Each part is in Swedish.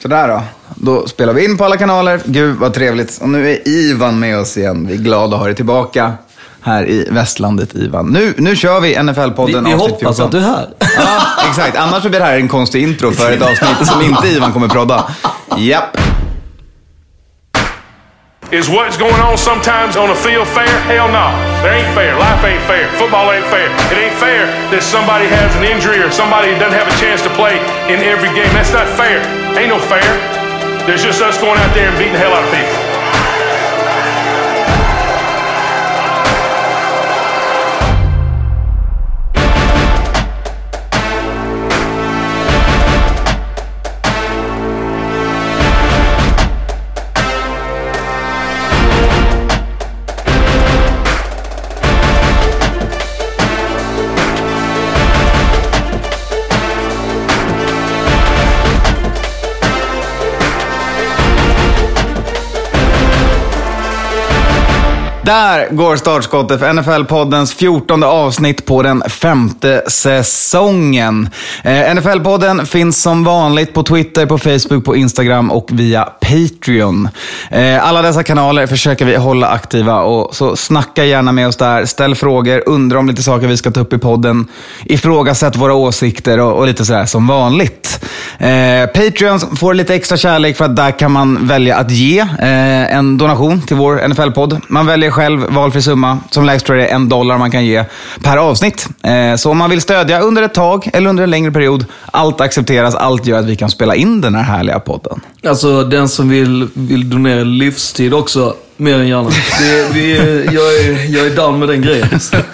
Sådär då spelar vi in på alla kanaler. Gud vad trevligt. Och nu är Ivan med oss igen. Vi är glada att ha dig tillbaka här i Västlandet, Ivan. Nu kör vi NFL-podden. Vi hoppas att du är här. Ja, exakt. Annars blir det här en konstig intro för ett avsnitt som inte Ivan kommer prodda. Japp. Is what's going on sometimes on a field fair? Hell no. There ain't fair. Life ain't fair. Football ain't fair. It ain't fair that somebody has an injury or somebody doesn't have a chance to play in every game. That's not fair. Ain't no fair. There's just us going out there and beating the hell out of people. Där går startskottet för NFL-poddens 14:e avsnitt på den 5:e säsongen. NFL-podden finns som vanligt på Twitter, på Facebook, på Instagram och via Patreon. Alla dessa kanaler försöker vi hålla aktiva, och så snacka gärna med oss där. Ställ frågor, undra om lite saker vi ska ta upp i podden. Ifrågasätt våra åsikter och lite sådär som vanligt. Patreon får lite extra kärlek för att där kan man välja att ge en donation till vår NFL-podd. Man väljer själv valfri summa. Som lägst tror jag det är $1 man kan ge per avsnitt. Så om man vill stödja under ett tag eller under en längre period, allt accepteras, allt gör att vi kan spela in den här härliga podden. Alltså den som vill donera livstid också, mer än gärna. Jag är down med den grejen.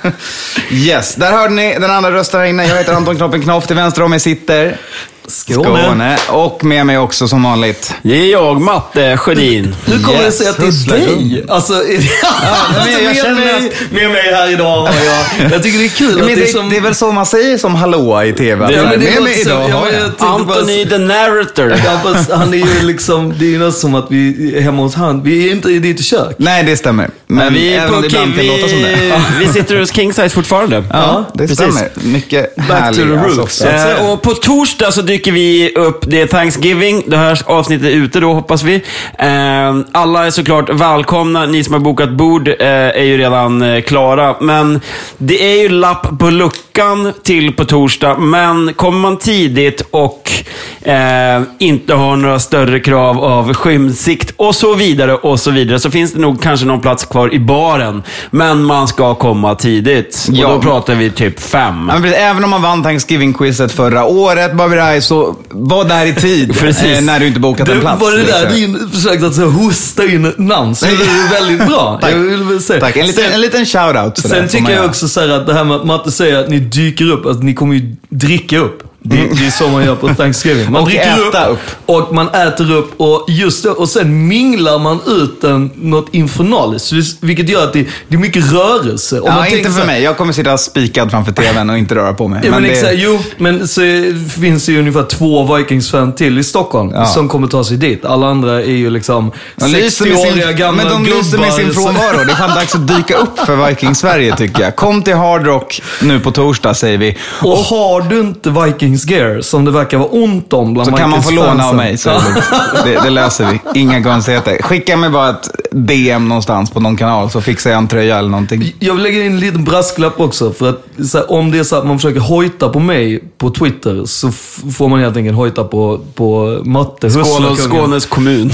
Yes, där hörde ni den andra rösten här inne. Jag heter Anton Knoppen Knoff, till vänster om mig sitter Skåne. Och med mig också som vanligt. Det är jag, Matte Sjödin. Hur kommer det sig att det är dig? Alltså, jag känner med mig här idag. Jag tycker det är kul. Men det är väl så man säger som hallå i tv. Det med mig idag. Anthony the narrator. Han är ju liksom, det är ju något som att vi är hemma hos han. Vi är inte i ditt kök. Nej, det stämmer. Men vi är på vi sitter hos King Size fortfarande. Ja, det stämmer. Mycket back to the roots. Och på torsdag så dyker vi upp, det är Thanksgiving. Det här avsnittet är ute då, hoppas vi. Alla är såklart välkomna. Ni som har bokat bord är ju redan klara. Men det är ju lapp på luckan till på torsdag. Men kommer man tidigt och inte har några större krav av skymsikt och så vidare, så finns det nog kanske någon plats kvar i baren. Men man ska komma tidigt. Och då pratar vi typ 5. Men även om man vann Thanksgiving-quizet förra året, så var där i tid när du inte bokat en plats. Var det där din försök att hosta in ett namn, så det är väldigt bra. Tack. Jag vill säga. Tack. En liten shoutout. Sen tycker jag också så här att det här med att Matte säger att ni dyker upp, att ni kommer ju dricka upp. Det är så man gör på Thanksgiving. Man dricker upp och man äter upp, och just det, och sen minglar man ut något infernaliskt, vilket gör att det är mycket rörelse. Ja, man inte för mig. Jag kommer sitta spikad framför tvn och inte röra på mig. Ja, men så finns det ju ungefär 2 Vikings-fan till i Stockholm som kommer ta sig dit. Alla andra är ju liksom 60-åriga gamla gubbar. Men de lyser med sin frånvaro. Det är fan dags att dyka upp för Vikings-Sverige, tycker jag. Kom till Hard Rock nu på torsdag, säger vi. Och har du inte Vikings gear, som det verkar vara ont om bland så kan man få låna av mig, så det löser vi. Inga konstigheter. Skicka mig bara ett DM någonstans på någon kanal, så fixar jag en tröja eller någonting. Jag vill lägga in en liten brasklapp också, för att så här, om det är så att man försöker hojta på mig på Twitter, så får man helt enkelt hojta på Matte. Skånes kommun.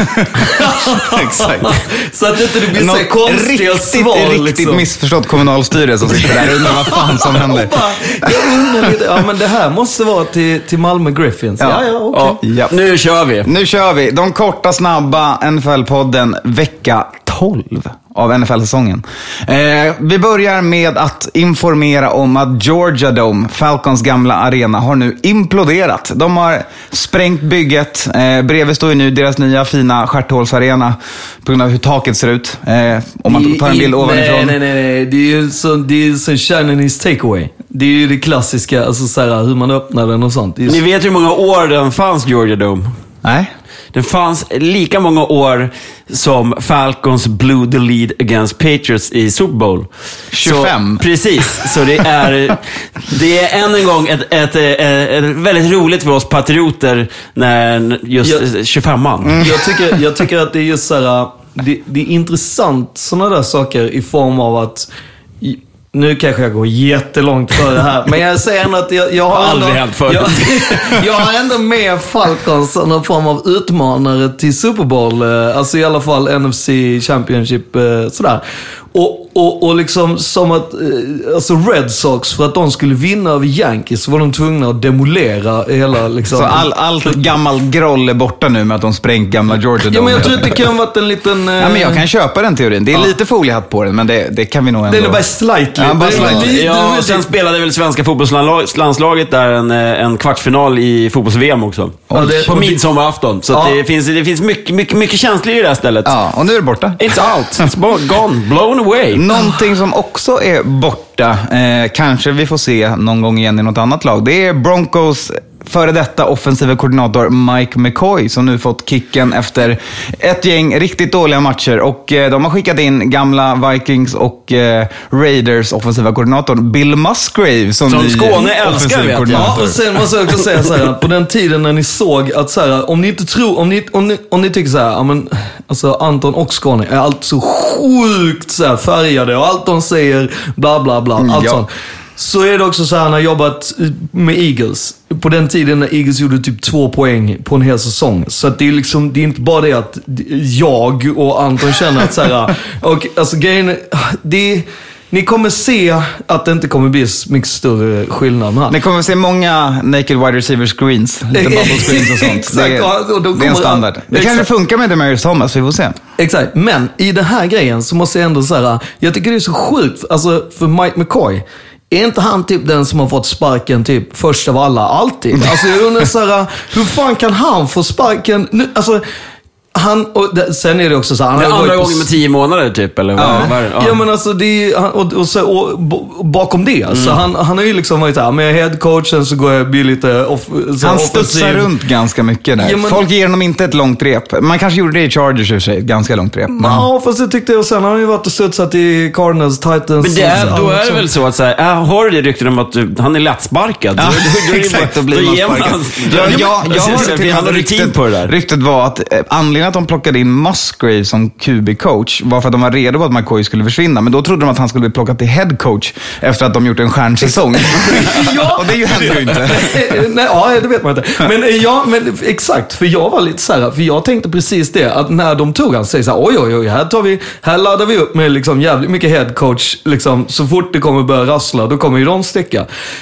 Exakt. Så att det inte blir så konstiga svar. Riktigt missförstått kommunalstyre som sitter där och undrar vad fan som händer. Jag undrar lite, men det här måste vara till Malmö Griffins. Ja. Nu kör vi. De korta, snabba NFL-podden vecka 12 av NFL-säsongen. Vi börjar med att informera om att Georgia Dome, Falcons gamla arena, har nu imploderat. De har sprängt bygget. Bredvid står ju nu deras nya fina stjärthålsarena på grund av hur taket ser ut. Om man tar en bild ovanifrån. Nej. Det är ju så Chinese takeaway. Det är ju det klassiska, alltså så här, hur man öppnar den och sånt. Ni vet hur många år den fanns, Georgia Dome? Nej. Den fanns lika många år som Falcons blew the lead against Patriots i Super Bowl. 25. Så, precis. Så det är än en gång ett väldigt roligt för oss patrioter när just 25-man. Jag tycker att det är just så här, det är intressant sådana där saker i form av att nu kanske jag går jättelångt för det här, men jag säger ändå att jag har aldrig hänt förut. Jag har ändå med Falcons som någon form av utmanare till Super Bowl, alltså i alla fall NFC Championship sådär. Och liksom som att alltså Red Sox, för att de skulle vinna över Yankees, så var de tvungna att demolera hela liksom. Så allt gammal groll är borta nu med att de sprängt gamla Georgia. Ja, men jag tror att det kan vara en liten... Ja, men jag kan köpa den teorin. Det är lite foliehatt på den, men det kan vi nog ändå... Det är bara slightly. Ja, och sen spelade väl svenska fotbollslandslaget där en kvartsfinal i fotbolls-VM också. På midsommarafton. Så det finns mycket känslor i det här stället. Ja, och nu är det borta. It's out. It's gone. Blown away. Någonting som också är borta, kanske vi får se någon gång igen i något annat lag, det är Broncos före detta offensiva koordinator Mike McCoy, som nu fått kicken efter ett gäng riktigt dåliga matcher, och de har skickat in gamla Vikings och Raiders offensiva koordinator Bill Musgrave som Skåne älskar, vet jag. Ja, och sen måste jag också säga så här, på den tiden när ni såg att så här, om ni inte tror, om ni tycker så här, ja, men alltså Anton och Skåne är allt så sjukt så här färgade och allt de säger bla bla bla, allt sånt. Så är det också så här, när jag jobbat med Eagles. På den tiden när Eagles gjorde typ 2 poäng på en hel säsong. Så att det är liksom, det är inte bara det att jag och Anton känner att så här, och alltså grejen, ni kommer se att det inte kommer bli mycket större skillnad här. Ni kommer se många naked wide receiver screens, lite bubble screens och sånt. Exakt, det är en standard. Det kanske funkar med Demaryius Thomas, vi får se. Exakt, men i den här grejen så måste jag ändå säga, jag tycker det är så sjukt, alltså för Mike McCoy. Är inte han typ den som har fått sparken typ först av alla alltid? Alltså jag undrar så här, hur fan kan han få sparken nu? Alltså sen är det också så här, det är andra gången med 10 månader typ, eller vad? Ja, men alltså det är, och bakom det så han har ju liksom varit här med headcoachen, så går jag bli lite han studsar runt ganska mycket där. Ja, men, folk ger honom inte ett långt rep. Man kanske gjorde det i Chargers i och för sig, ganska långt rep. Ja, fast jag tyckte, och sen har han ju varit och studsat i Cardinals, Titans. Men då är det väl så att säga, har du det rykten om att han är lättsparkad? Ja, exakt, då blir man sparkad. Jag har ryktet var att anledningen att de plockade in Musgrave som QB-coach var för att de var redo på att McCoy skulle försvinna. Men då trodde de att han skulle bli plockad till head-coach efter att de gjort en stjärnsäsong. Och det händer ju inte. Nej, det vet man inte. Men exakt, för jag var lite så här, för jag tänkte precis det, att när de tog han, säger så här, oj, här laddar vi upp med liksom jävligt mycket head-coach, liksom, så fort det kommer börja rassla, då kommer ju de sticka.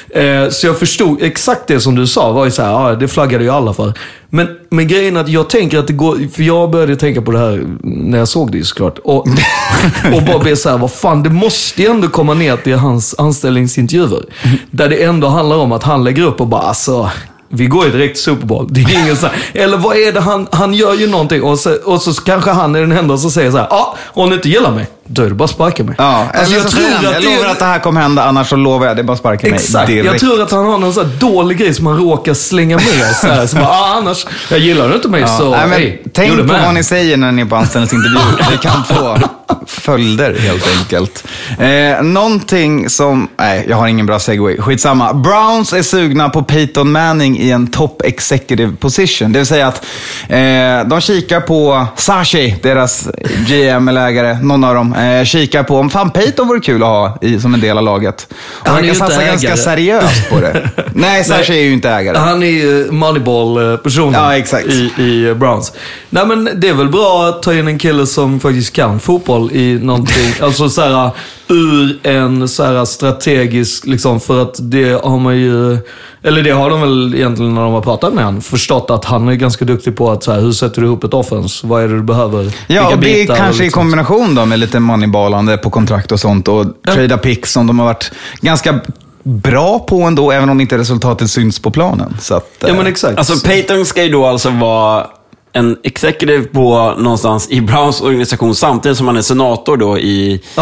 Så jag förstod exakt det som du sa, var ju så här, det flaggade ju alla för. Men grejen är att jag tänker att det går, för jag började tänka på det här när jag såg det såklart, och bara bli så här, vad fan, det måste ju ändå komma ner till hans anställningsintervjuer, där det ändå handlar om att han lägger upp och bara, alltså, vi går ju direkt till Super Bowl. Det är ingen så här, eller vad är det, han gör ju någonting, och så kanske han är den enda som säger så här, om du inte gillar mig, då är det bara sparka mig. Ja, alltså jag lovar att det här kommer hända, annars så lovar jag, det är bara sparka mig direkt. Jag tror att han har någon så här dålig grej som han råkar slänga med så här, så bara, annars, jag gillar inte mig, så nej, men tänk på vad ni säger när ni är på anställningsintervju. Det kan få följder helt enkelt. Någonting som, nej, jag har ingen bra segway, skitsamma. Browns är sugna på Peyton Manning i en top executive position. Det vill säga att de kikar på Sashi, deras GM eller ägare, någon av dem, kikar på om fan Peyton vore kul att ha som en del av laget. Och han kan satsa ganska seriöst på det. Nej, Sashi är ju inte ägare. Han är ju Moneyball-personen. Ja, exakt. I Browns. Nej, men det är väl bra att ta in en kille som faktiskt kan fotboll i någonting, alltså så här, ur en så här strategisk, liksom, för att det har man ju, eller det har de väl egentligen när de har pratat med han, förstått att han är ganska duktig på att så här, hur sätter du ihop ett offense, vad är det du behöver, ja, och det är kanske i kombination då med lite moneyballande på kontrakt och sånt, och trada picks som de har varit ganska bra på ändå, även om inte resultatet syns på planen. Så att, ja, men exakt. Alltså Peyton ska ju då alltså vara en executive på någonstans i Browns organisation samtidigt som han är senator då i så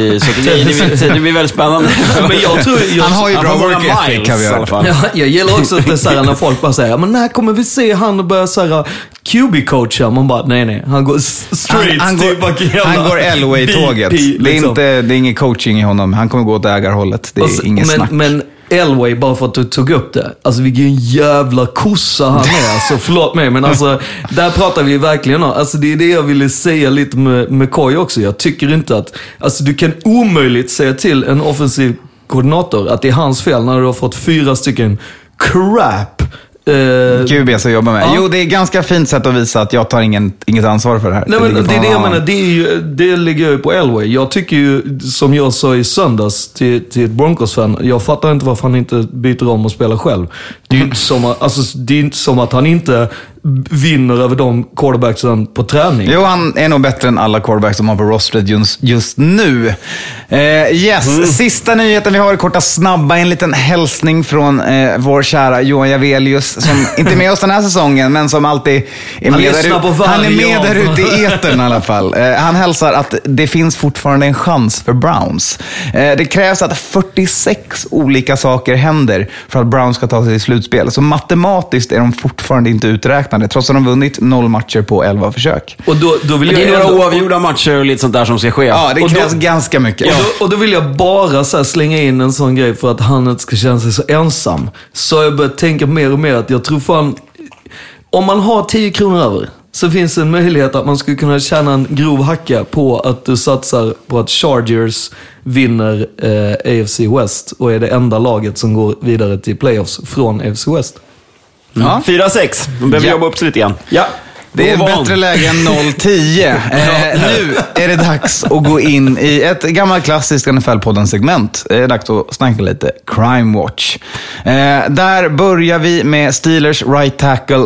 det blir väldigt spännande. Men jag tror han har ju bra work ethic, kan vi göra. Ja, jag gillar också att det är när folk bara säger, men när kommer vi se han och börja säga QB-coacha? Man bara, nej, han går straight han går Elway-tåget. Liksom. Det är ingen coaching i honom. Han kommer gå åt ägarhållet. Det är inget snack. Men Elway, bara för att du tog upp det. Alltså vilken jävla kossa han är. Alltså förlåt mig, men alltså där pratar vi verkligen om. Alltså det är det jag ville säga lite med McCoy också. Jag tycker inte att, alltså du kan omöjligt säga till en offensiv koordinator att det är hans fel när du har fått 4 stycken crap QB som jobbar med. Ja. Jo, det är ganska fint sätt att visa att jag tar inget ansvar för det här. Nej, men det är det jag menar. Det ligger ju på Elway. Jag tycker ju, som jag sa i söndags till ett Broncos-fan, jag fattar inte varför han inte byter om och spelar själv. Det är ju inte som att han inte vinner över de quarterbacksen på träning. Jo, han är nog bättre än alla quarterbacks som har på rostret just nu. Sista nyheten vi har, korta snabba, en liten hälsning från vår kära Johan Javelius, som inte är med oss den här säsongen, men som alltid är med han är med där ute i etern i alla fall. Han hälsar att det finns fortfarande en chans för Browns. Det krävs att 46 olika saker händer för att Browns ska ta sig till slutspel. Så matematiskt är de fortfarande inte uträknade, trots att de vunnit 0 matcher på 11 försök. Och då vill det är några oavgjorda matcher och lite sånt där som ska ske. Ja, det krävs ganska mycket. Och då vill jag bara så här slänga in en sån grej för att han inte ska känna sig så ensam. Så jag börjar tänka mer och mer att jag tror fan, om man har 10 kronor över, så finns det en möjlighet att man skulle kunna tjäna en grov hacka på att du satsar på att Chargers vinner AFC West och är det enda laget som går vidare till playoffs från AFC West. Ja. 4-6. De behöver jobba upp sig lite igen. Ja. Det är bättre läge än 0-10. Nu är det dags att gå in i ett gammalt klassiskt NFL-podden-segment. Det är dags att snacka lite Crime Watch. Där börjar vi med Steelers right tackle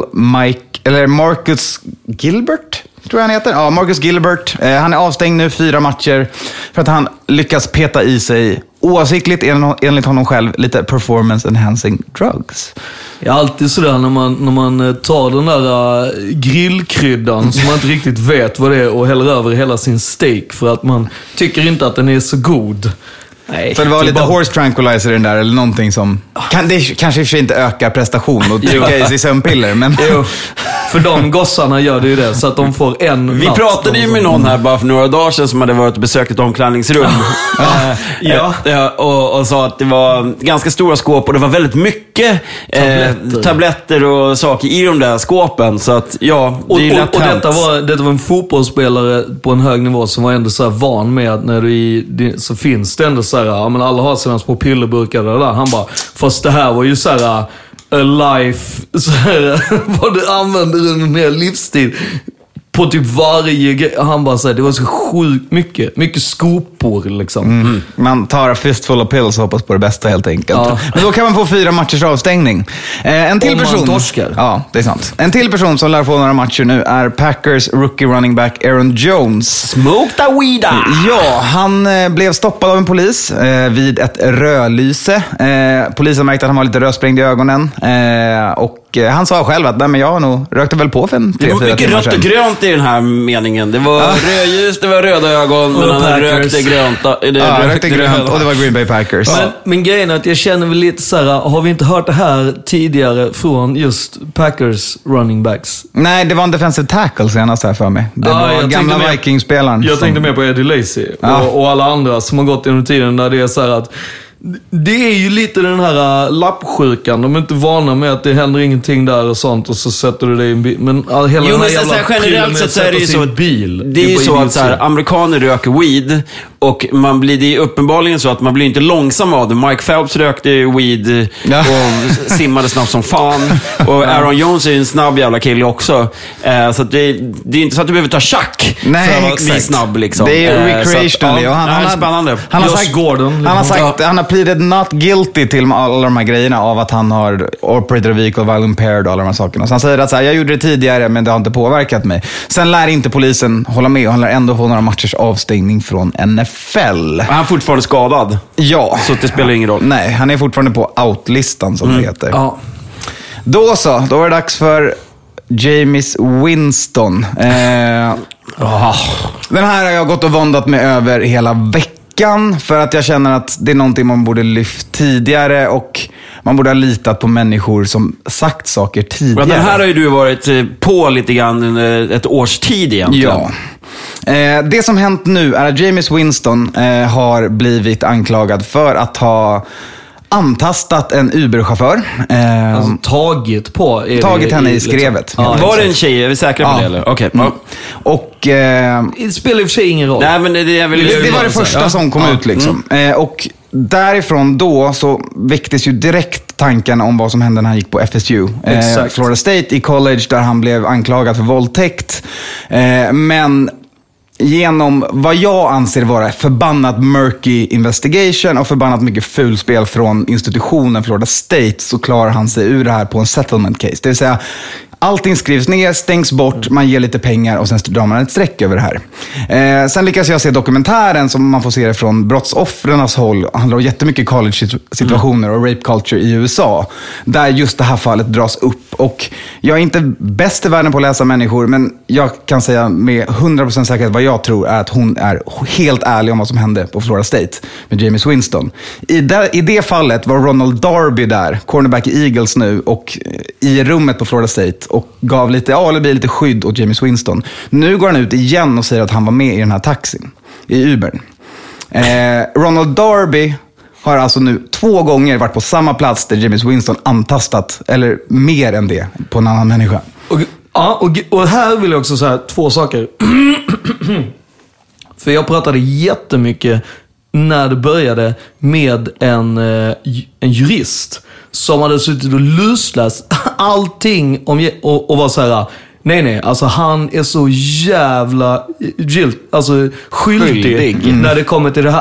Marcus Gilbert, tror jag han heter. Ja, Marcus Gilbert. Han är avstängd nu 4 matcher för att han lyckas peta i sig, oavsiktligt enligt honom själv, lite performance enhancing drugs. Det är alltid sådär när man tar den där grillkryddan som man inte riktigt vet vad det är och häller över hela sin steak för att man tycker inte att den är så god. Nej, så det var lite horse tranquilizer i den där, eller någonting som det kanske i och för sig inte ökar prestation och trycka i sig sömnpiller, men för de gossarna gör det ju det, så att de får en. Vi pratade ju med någon här bara för några dagar sedan som hade varit och besökt ett omklädningsrum och sa att det var ganska stora skåp och det var väldigt mycket tabletter och saker i de där skåpen, så att det är lätt hänt. Detta var en fotbollsspelare på en hög nivå som var ändå så här van med att när du så finns det ändå så här, ja, men alla har sina små pillerburkar där. Han bara, fast det här var ju så här a life, så här, vad du använder under en hel livstid på typ varje grej. Han bara säger, det var så sjukt mycket skopor liksom. Man tar a fistful of pills och hoppas på det bästa helt enkelt. Ja. Men då kan man få 4 matchers avstängning. En till person. Man torskar. Ja, det är sant. En till person som lär få några matcher nu är Packers rookie running back Aaron Jones. Smoke the weed. Ja, han blev stoppad av en polis vid ett rödlyse. Polisen märkte att han var lite rödsprängd i ögonen. Och han sa själv att men jag nog rökte väl på för en 3-4 timmar sedan. Det var mycket rött och grönt i den här meningen. Det var rödljus, det var röda ögon, men han rökte grönt. Rökte grönt och det var Green Bay Packers. Men grejen är att jag känner väl lite så här, har vi inte hört det här tidigare från just Packers running backs? Nej, det var en defensive tackle senast här för mig. Det var gamla Vikings-spelaren. Jag tänkte mer på Eddie Lacy och alla andra som har gått genom tiden där det är så här att det är ju lite den här lappsjukan. De är inte vana med att det händer ingenting där och sånt, och så sätter du det i en bil. Men hela den här jävla generellt sett så är det ju så bil. Det är ju så att så här, amerikaner röker weed och det är uppenbarligen så att man blir inte långsam av det. Mike Phelps rökte weed och simmade snabbt som fan. Och Aaron Jones är ju en snabb jävla kille också. Så att det är inte så att du behöver ta tjack för att bli snabb liksom. Det är recreationally. Och han är spännande. Han har pleaded not guilty till alla de här grejerna av att han har operated a vehicle while impaired och alla de här sakerna. Så han säger att så här, jag gjorde det tidigare men det har inte påverkat mig. Sen lär inte polisen hålla med och han lär ändå få några matchers avstängning från NFL. Han är fortfarande skadad. Ja. Så det spelar ingen roll. Nej, han är fortfarande på outlistan som det heter. Ja. Då är det dags för Jameis Winston. Den här har jag gått och våndat mig över hela veckan för att jag känner att det är någonting man borde lyft tidigare och man borde ha litat på människor som sagt saker tidigare. Den här har ju du varit på lite grann under ett års tid egentligen. Ja. Det som hänt nu är att Jameis Winston har blivit anklagad för att ha antastat en Uber-chaufför. Alltså tagit henne i skrevet. Ja, var det en tjej? Är vi säkra på det eller? Okej. Mm. Och det spelar i och för sig ingen roll. Nej, men det var det första som kom ut liksom. Och därifrån då så väcktes ju direkt tanken om vad som hände när han gick på FSU. Florida State i college där han blev anklagad för våldtäkt. Men genom vad jag anser vara förbannat murky investigation och förbannat mycket fulspel från institutionen Florida State så klarar han sig ur det här på en settlement case. Det vill säga, allting skrivs ner, stängs bort, man ger lite pengar och sen drar man ett streck över det här. Sen lyckas jag se dokumentären som man får se det från brottsoffrarnas håll. Det handlar om jättemycket college-situationer och rape culture i USA. Där just det här fallet dras upp. Och jag är inte bäst i världen på att läsa människor, men jag kan säga med 100% säkerhet vad jag tror är att hon är helt ärlig om vad som hände på Florida State med Jameis Winston. I det fallet var Ronald Darby där, cornerback i Eagles nu, och i rummet på Florida State och gav lite skydd åt Jameis Winston. Nu går han ut igen och säger att han var med i den här taxin, i Ubern. Ronald Darby har alltså nu 2 gånger varit på samma plats där Jameis Winston antastat, eller mer än det, på en annan människa. Och här vill jag också säga 2 saker. För jag pratade jättemycket när det började med en jurist som hade suttit och lusläst allting om, och var så här: nej, alltså han är så jävla skyldig när det kommer till det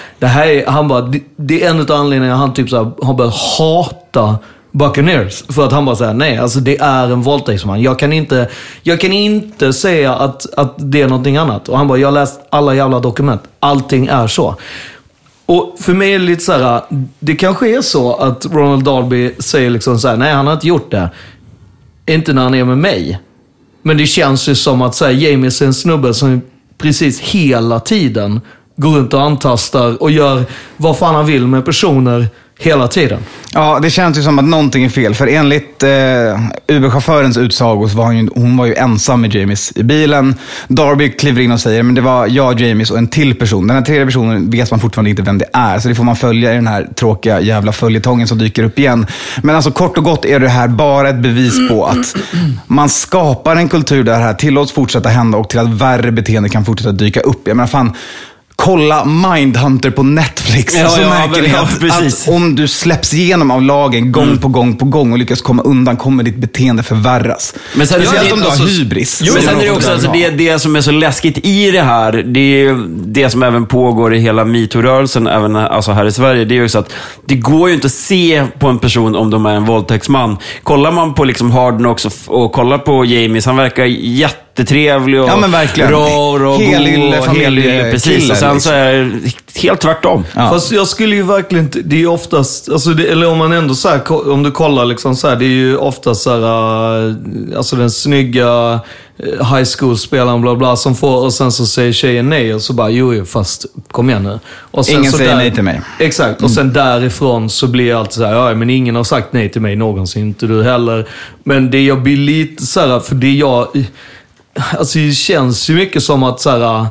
här. Det är en av anledningarna han typ så här, har börjat hata Buccaneers, för att han bara säger nej, alltså det är en våldtäktsman. Jag kan inte säga att det är någonting annat. Och han bara, jag har läst alla jävla dokument. Allting är så. Och för mig är det lite så här, det kanske är så att Ronald Darby säger liksom så här: nej, han har inte gjort det. Inte när han är med mig. Men det känns ju som att så här, Jameis är en snubbe som precis hela tiden går runt och antastar och gör vad fan han vill med personer hela tiden. Ja, det känns ju som att någonting är fel. För enligt Uber-chaufförens utsagor så var hon var ju ensam med Jameis i bilen. Darby kliver in och säger, men det var jag, Jameis och en till person. Den här tredje personen vet man fortfarande inte vem det är. Så det får man följa i den här tråkiga jävla följetongen som dyker upp igen. Men alltså kort och gott är det här bara ett bevis på att man skapar en kultur där det här tillåts fortsätta hända och till att värre beteende kan fortsätta dyka upp. Jag menar fan, kolla Mindhunter på Netflix. Så märker ni att om du släpps igenom av lagen gång på gång och lyckas komma undan, kommer ditt beteende förvärras. Men sen är om du har hybris. Men sen är det också alltså, det som är så läskigt i det här, det är det som även pågår i hela MeToo-rörelsen, även alltså här i Sverige, det är ju så att det går ju inte att se på en person om de är en våldtäktsman. Kollar man på liksom Hard Knocks och kollar på Jameis, han verkar jättetrevlig och rar och helylle, precis. Och sen så är det helt tvärtom. Ja. Fast jag skulle ju verkligen inte, det är ju oftast, alltså eller om man ändå så här, om du kollar liksom så här, det är ju oftast så här, alltså den snygga high school-spelaren bla bla som får, och sen så säger tjejen nej och så bara, jo fast kom igen nu. Och sen ingen så säger nej till mig. Exakt, och sen därifrån så blir allt så här, ja men ingen har sagt nej till mig någonsin, inte du heller. Men det jag blir lite så här, för det alltså det känns ju mycket som att så här,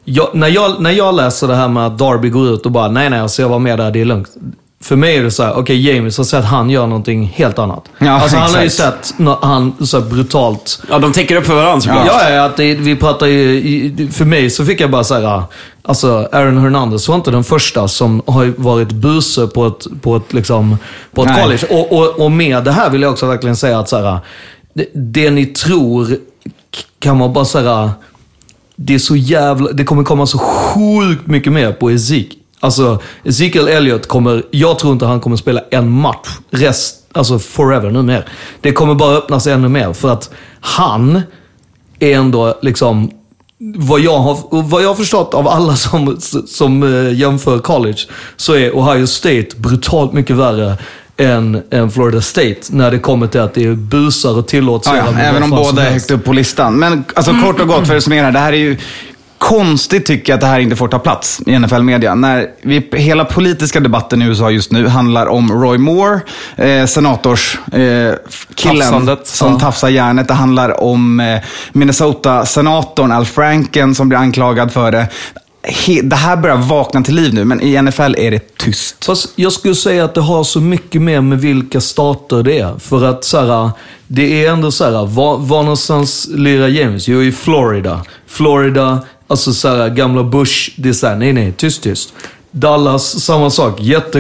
när jag läser det här med att Darby går ut och bara, nej alltså jag var med där, det är lugnt. För mig är det så här, okej, Jameis har sett att han gör någonting helt annat. Ja, alltså han har ju sett han så här brutalt. Ja, de täcker upp för varandra såklart. Ja, att vi pratar ju, för mig så fick jag bara säga, alltså Aaron Hernandez var inte den första som har varit buse på ett college. Och med det här vill jag också verkligen säga att så här, det ni tror kan man bara säga, det är så jävla, det kommer komma så sjukt mycket mer på Ezekiel. Alltså Ezekiel Elliott jag tror inte han kommer spela en match alltså forever nu mer. Det kommer bara öppnas ännu mer för att han är ändå liksom, vad jag har förstått av alla som jämför college, så är Ohio State brutalt mycket värre än Florida State när det kommer till att det är busar och tillåts. Även om båda är högt upp på listan. Men alltså, kort och gott för att summera, det här är ju konstigt tycker jag att det här inte får ta plats i NFL-media. När hela politiska debatten i USA just nu handlar om Roy Moore, senatorskillen som tafsar järnet. Det handlar om Minnesota-senatorn Al Franken som blir anklagad för det. Det här börjar vakna till liv nu, men i NFL är det tyst. Fast jag skulle säga att det har så mycket mer med vilka stater det är. För att det är ändå var någonstans lirar James? Jo, i Florida, alltså gamla Bush, det är nej, tyst. Dallas, samma sak,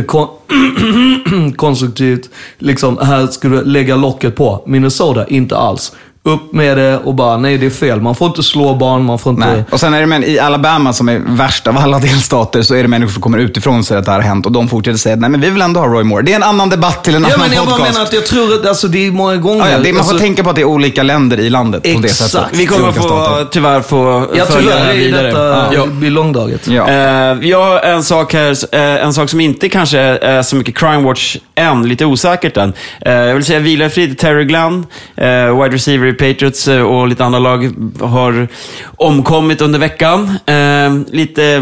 jättekonstruktivt. Liksom, här skulle du lägga locket på. Minnesota, inte alls. Upp med det och bara, nej det är fel. Man får inte slå barn, man får inte... Nej. Och sen är det i Alabama som är värst av alla delstater så är det människor som kommer utifrån sig att det här har hänt och de fortsätter säga, nej men vi vill ändå ha Roy Moore. Det är en annan debatt till en annan podcast. Jag menar att jag tror att det är många gånger... man får tänka på att det är olika länder i landet på det sättet. Vi kommer tyvärr få följa det här vidare. Det blir långdaget. Vi har en sak här, en sak som inte kanske är så mycket Crime Watch än, lite osäkert än. Jag vill säga vila frid Terry Glenn, wide receiver i Patriots och lite andra lag har omkommit under veckan. Lite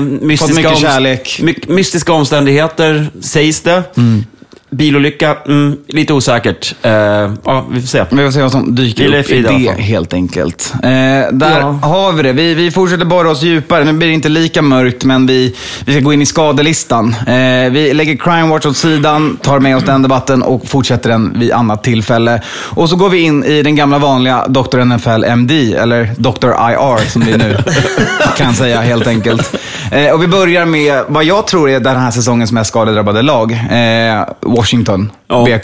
mystiska omständigheter sägs det. Bilolycka, lite osäkert. Vi får se. Vi får se vad som dyker upp i det helt enkelt. Har vi det. Vi fortsätter borra oss djupare. Nu blir det inte lika mörkt, men vi ska gå in i skadelistan. Vi lägger Crime Watch åt sidan, tar med oss den debatten och fortsätter den vid annat tillfälle. Och så går vi in i den gamla vanliga Dr. NFL MD, eller Dr. IR som vi nu kan säga helt enkelt. Och vi börjar med vad jag tror är den här säsongens mest skadedrabbade lag. Washington, BK.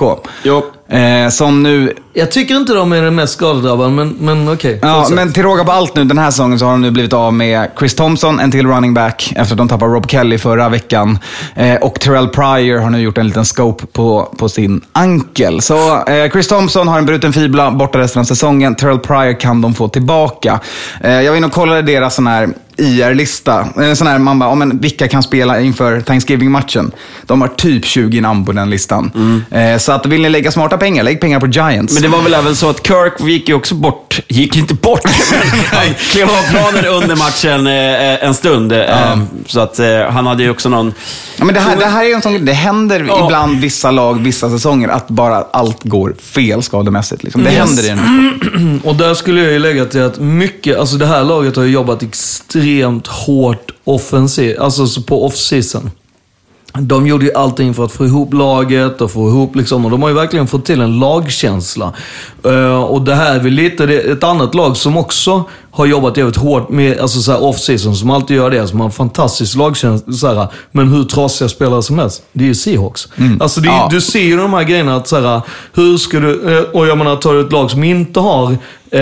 Som nu... Jag tycker inte de är den mest skadedrabbade, men okej. Ja, men till råga på allt nu, den här säsongen så har de nu blivit av med Chris Thompson, en till running back, efter att de tappade Rob Kelly förra veckan. Och Terrell Pryor har nu gjort en liten scope på sin ankel. Så Chris Thompson har en bruten fibula borta resten av säsongen. Terrell Pryor kan de få tillbaka. Jag var inne och kollade deras sån här IR-lista. Sån här, man bara, men vilka kan spela inför Thanksgiving-matchen? De har typ 20 namn på den listan. Så att vill ni lägga smarta pengar, lägg pengar på Giants. Men det var väl även så att Kirk gick ju också bort. Gick inte bort, men klev av planen under matchen en stund. Så att han hade ju också någon... Ja, men det här är en sån, det händer ibland vissa lag, vissa säsonger att bara allt går fel skademässigt. Liksom. Det händer i den. Och där skulle jag ju lägga till att mycket, alltså det här laget har jobbat extremt hårt offensivt, alltså på off-season. De gjorde ju allting för att få ihop laget och få ihop liksom, och de har ju verkligen fått till en lagkänsla. Och det här är väl lite ett annat lag som också har jobbat jävligt hårt med, alltså så här off-season, som alltid gör det, som har en fantastisk lagkänsla, så här, men hur trasiga spelare som helst. Det är ju Seahawks. Alltså du ser ju de här grejerna att så här, hur ska du, och jag menar, tar du ett lag som inte har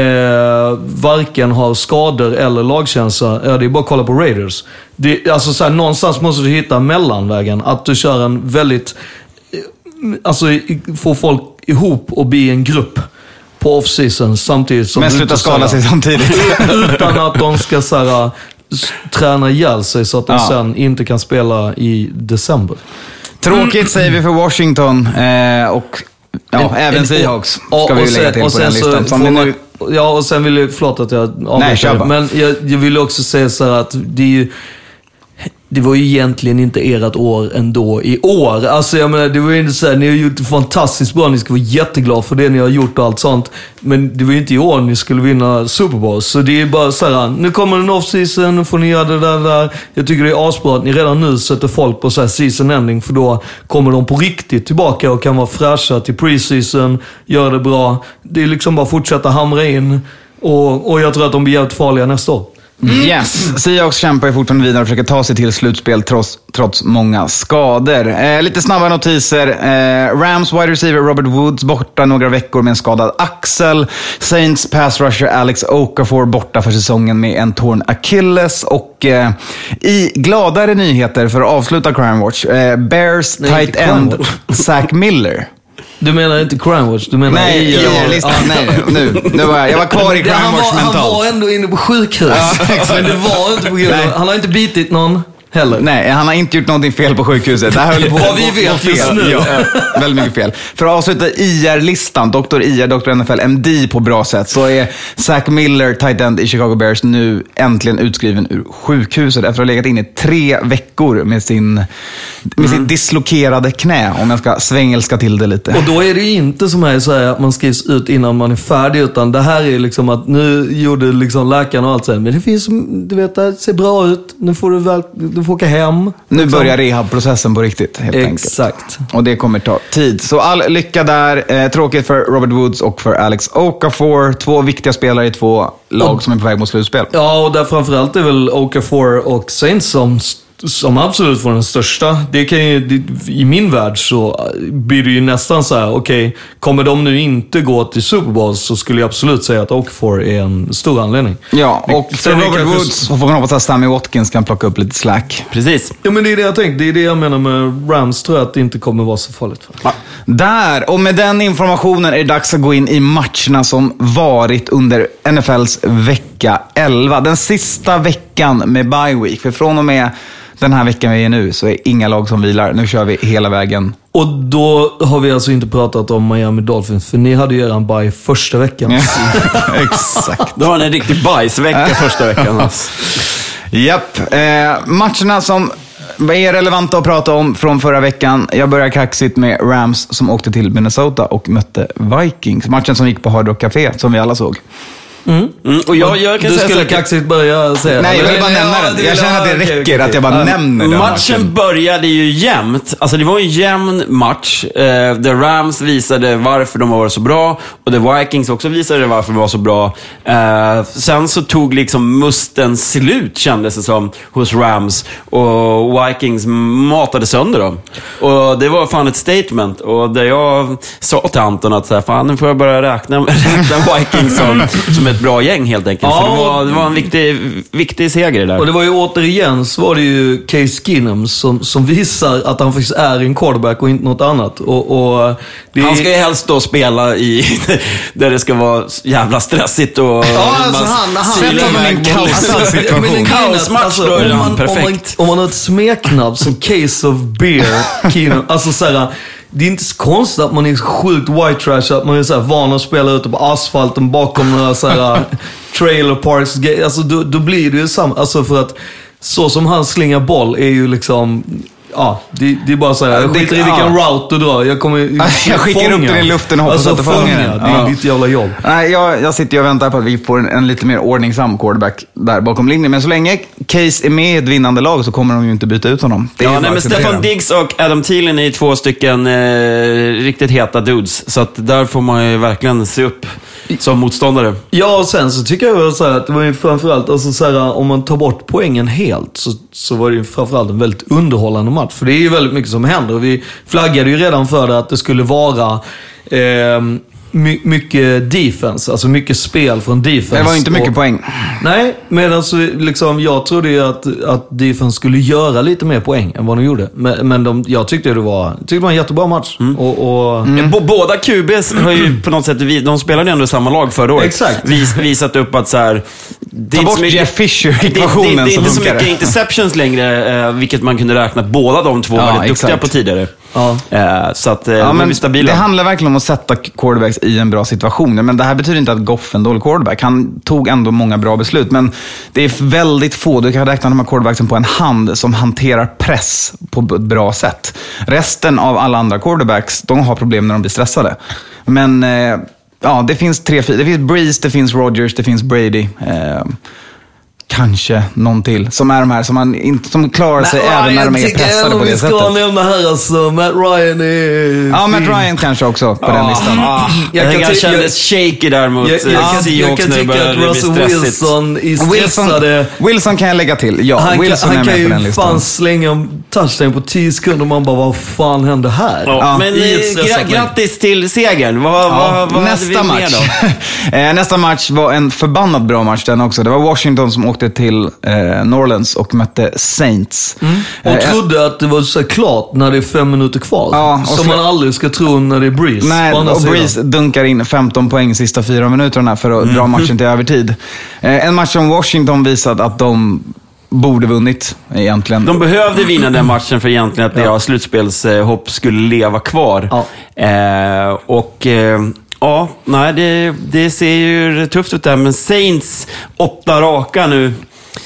varken har skador eller lagkänsla, det är bara att kolla på Raiders. Alltså så här, någonstans måste du hitta mellanvägen, att du kör en väldigt, alltså få folk ihop och bli en grupp på off-season samtidigt som... Men sluta skala sig samtidigt. Utan att de ska så här, träna ihjäl sig så att de sen inte kan spela i december. Tråkigt säger vi för Washington och även Seahawks ska vi lägga till på den listan. Som nu... Ja, och sen vill jag... Förlåt att jag avbryter. Men jag vill också säga så här att det är ju... Det var ju egentligen inte ert år ändå i år. Alltså jag menar, det var ju inte så här, ni har gjort det fantastiskt bra, ni ska vara jätteglada för det ni har gjort och allt sånt. Men det var ju inte i år ni skulle vinna Super Bowl. Så det är bara så här, nu kommer en off-season, nu får ni göra det där. Jag tycker det är asbra att ni redan nu sätter folk på så här season ending, för då kommer de på riktigt tillbaka och kan vara fräscha till preseason, göra det bra. Det är liksom bara fortsätta hamra in och jag tror att de blir jävligt farliga nästa år. Yes, Seahawks kämpar ju fortfarande vidare och försöker ta sig till slutspel trots många skador. Lite snabba notiser. Rams wide receiver Robert Woods borta några veckor med en skadad axel. Saints pass rusher Alex Okafor borta för säsongen med en torn Achilles. Och i gladare nyheter för att avsluta Crime Watch, Bears tight end Zach Miller. Du menar inte Crime Watch, du menar IR-listan. Nu var jag var kvar i Crime Watch mentalt. Han var ändå inne på sjukhus. Men det var inte på grund av, han har inte bitit någon. heller. Nej, han har inte gjort någonting fel på sjukhuset. Det här höll på vad vi vet fel. Just nu. Ja, väldigt mycket fel. För att avsluta IR-listan, Dr. IR, Dr. NFL, MD på bra sätt, så är Zach Miller, tight end i Chicago Bears, nu äntligen utskriven ur sjukhuset efter att ha legat inne i 3 veckor med sitt dislokerade knä, om jag ska svengelska till det lite. Och då är det ju inte som här så här att man skrivs ut innan man är färdig, utan det här är liksom att nu gjorde liksom läkaren och allt sen, men det finns, du vet, det ser bra ut, nu får du får åka hem. Nu börjar rehabprocessen på riktigt, helt enkelt. Exakt. Och det kommer ta tid. Så all lycka där. Tråkigt för Robert Woods och för Alex Okafor. 2 viktiga spelare i 2 lag som är på väg mot slutspel. Ja, och där framförallt är väl Okafor och Saints som absolut får den största. Det kan ju, i min värld så blir det ju nästan så här: okej, kommer de nu inte gå till Super Bowl, så skulle jag absolut säga att Okafor är en stor anledning. Ja, och för Robert Woods så får man hoppas att Sammy Watkins kan plocka upp lite slack. Precis. Ja, men det är det jag tänkte. Det är det jag menar med Rams, tror jag att det inte kommer vara så farligt för. Där, och med den informationen är det dags att gå in i matcherna som varit under NFLs vecka 11. Den sista veckan med bye week. För från och med den här veckan vi är nu så är inga lag som vilar. Nu kör vi hela vägen. Och då har vi alltså inte pratat om Miami Dolphins, för ni hade ju eran bye första veckan. Exakt. Då har ni en riktig bajsvecka första veckan. Alltså. Japp. Matcherna som är relevanta att prata om från förra veckan. Jag börjar kaxigt med Rams som åkte till Minnesota och mötte Vikings. Matchen som gick på Hard Rock Café, som vi alla såg. Och jag kan du säga skulle kaxigt börja säga. Nej, jag vill bara nämna den. Jag känner att det räcker att jag bara nämner den matchen började ju jämnt. Alltså det var en jämn match. The Rams visade varför de var så bra, och The Vikings också visade varför de var så bra. Sen så tog liksom musten slut, kändes det som, hos Rams, och Vikings matade sönder dem. Och det var fan ett statement. Och där jag sa till Anton att så här, fan, nu får jag börja räkna Vikings som ett bra gäng helt enkelt. Ja, För det var en viktig seger där. Och det var ju återigen, så var det ju Case Keenum som visar att han faktiskt är en quarterback och inte något annat. Och det han ska ju helst då spela i där det ska vara jävla stressigt och kaosmatch, då är han perfekt. Om man har ett smeknamn som Case of Beer Keenum, alltså såhär, det är inte så konstigt att man är sjukt white trash, att man är så här van att spela ute på asfalten bakom några så här trailer parks. Alltså då blir det ju samma. Alltså för att så som han slingar boll är ju liksom... Ja, det är bara så här. Jag skiter i vilken route du drar. Jag skickar upp den i luften och hoppas att du fångar den. Det är ditt jävla jobb. Nej, jag sitter och väntar på att vi får en lite mer ordningsam quarterback där bakom linjen. Men så länge Case är med i ett vinnande lag så kommer de ju inte byta ut honom. Men Stefan Diggs och Adam Thielen är 2 stycken riktigt heta dudes. Så att där får man ju verkligen se upp som motståndare. Ja, och sen så tycker jag så här att det var ju framförallt, alltså så här, om man tar bort poängen helt, så var det ju framförallt en väldigt underhållande match. För det är ju väldigt mycket som händer. Och vi flaggade ju redan för det att det skulle vara mycket defense, alltså mycket spel från defense. Det var inte mycket poäng. Nej, men alltså, liksom, jag trodde ju att defense skulle göra lite mer poäng än vad de gjorde. Men jag tyckte det var en jättebra match. Båda QBs har ju på något sätt, de spelade ändå i samma lag förra året. Exakt. Visat upp att så här, ta bort Jeff Fisher-ekvationen. Det är inte så mycket interceptions längre, vilket man kunde räkna att båda de två var duktiga på tidigare. Ja. Så att men vi stabila. Det handlar verkligen om att sätta quarterbacks i en bra situation. Men det här betyder inte att Goff är en dålig quarterback. Han tog ändå många bra beslut. Men det är väldigt få, du kan räkna de här quarterbacksen på en hand, som hanterar press på ett bra sätt. Resten av alla andra quarterbacks, de har problem när de blir stressade. Men det finns 3-4. Det finns Breeze, det finns Rodgers, det finns Brady. Kanske någon till. Som är de här som klarar sig även när de är pressade på det sättet. Jag ska nämna här alltså, Matt Ryan är... Ja, Matt Ryan kanske också på den listan. Jag kändes shaky där mot Seahawks när det började bli stressigt. Wilson kan jag lägga till. Ja, Wilson är med på den listan. Han kan ju fan slänga en touchdown på 10 sekunder och man bara, vad fan hände här? Ja, men grattis till segern. Nästa match. Nästa match var en förbannat bra match den också. Det var Washington som åkte till New Orleans och mötte Saints. Och trodde att det var så klart när det är 5 minuter kvar. Som man aldrig ska tro när det är Breeze. Nej, och Breeze dunkar in 15 poäng sista 4 minuterna för att dra matchen till övertid. En match som Washington visade att de borde vunnit egentligen. De behövde vinna den matchen för egentligen att deras slutspelshopp skulle leva kvar. Ja. Det ser ju tufft ut där. Men Saints 8 raka nu.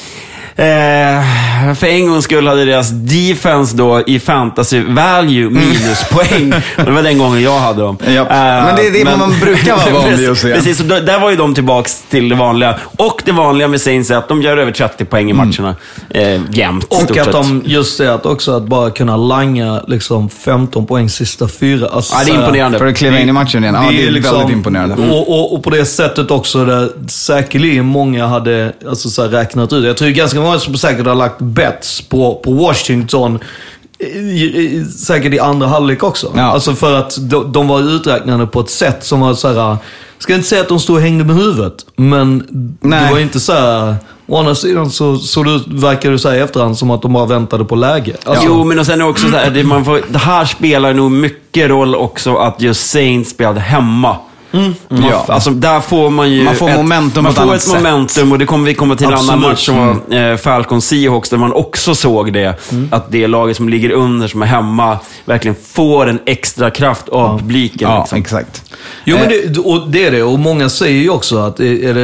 För en gångs skull hade deras defense då i fantasy value minuspoäng. Det var den gången jag hade dem. Ja. Men det är det man brukar vara van vid att se. Precis, så där var ju de tillbaks till det vanliga. Och det vanliga med Saints är att de gör över 30 poäng i matcherna jämt. Och att de just det, att bara kunna langa liksom 15 poäng sista 4. Alltså, det är imponerande. För att kliva in i matchen igen. Ja, det är liksom, väldigt imponerande. Och på det sättet också där säkerligen många hade alltså, så här, räknat ut. Jag tror ganska många som säkert har lagt bets på Washington säkert i andra halvlek också. Ja. Alltså för att de var uträknade på ett sätt som var så här. Ska inte säga att de stod och hängde med huvudet, men det var inte så här. Å andra sidan så verkar du säga i efterhand som att de bara väntade på läge. Alltså, jo, men och sen är också så här, det här spelar nog mycket roll också att just Saints spelade hemma. Alltså där får man ju momentum och det kommer vi komma till en annan match som var Falcons Seahawks där man också såg det att det laget som ligger under som är hemma verkligen får en extra kraft av publiken. Ja, liksom. Exakt. Jo, men det är det, och många säger ju också att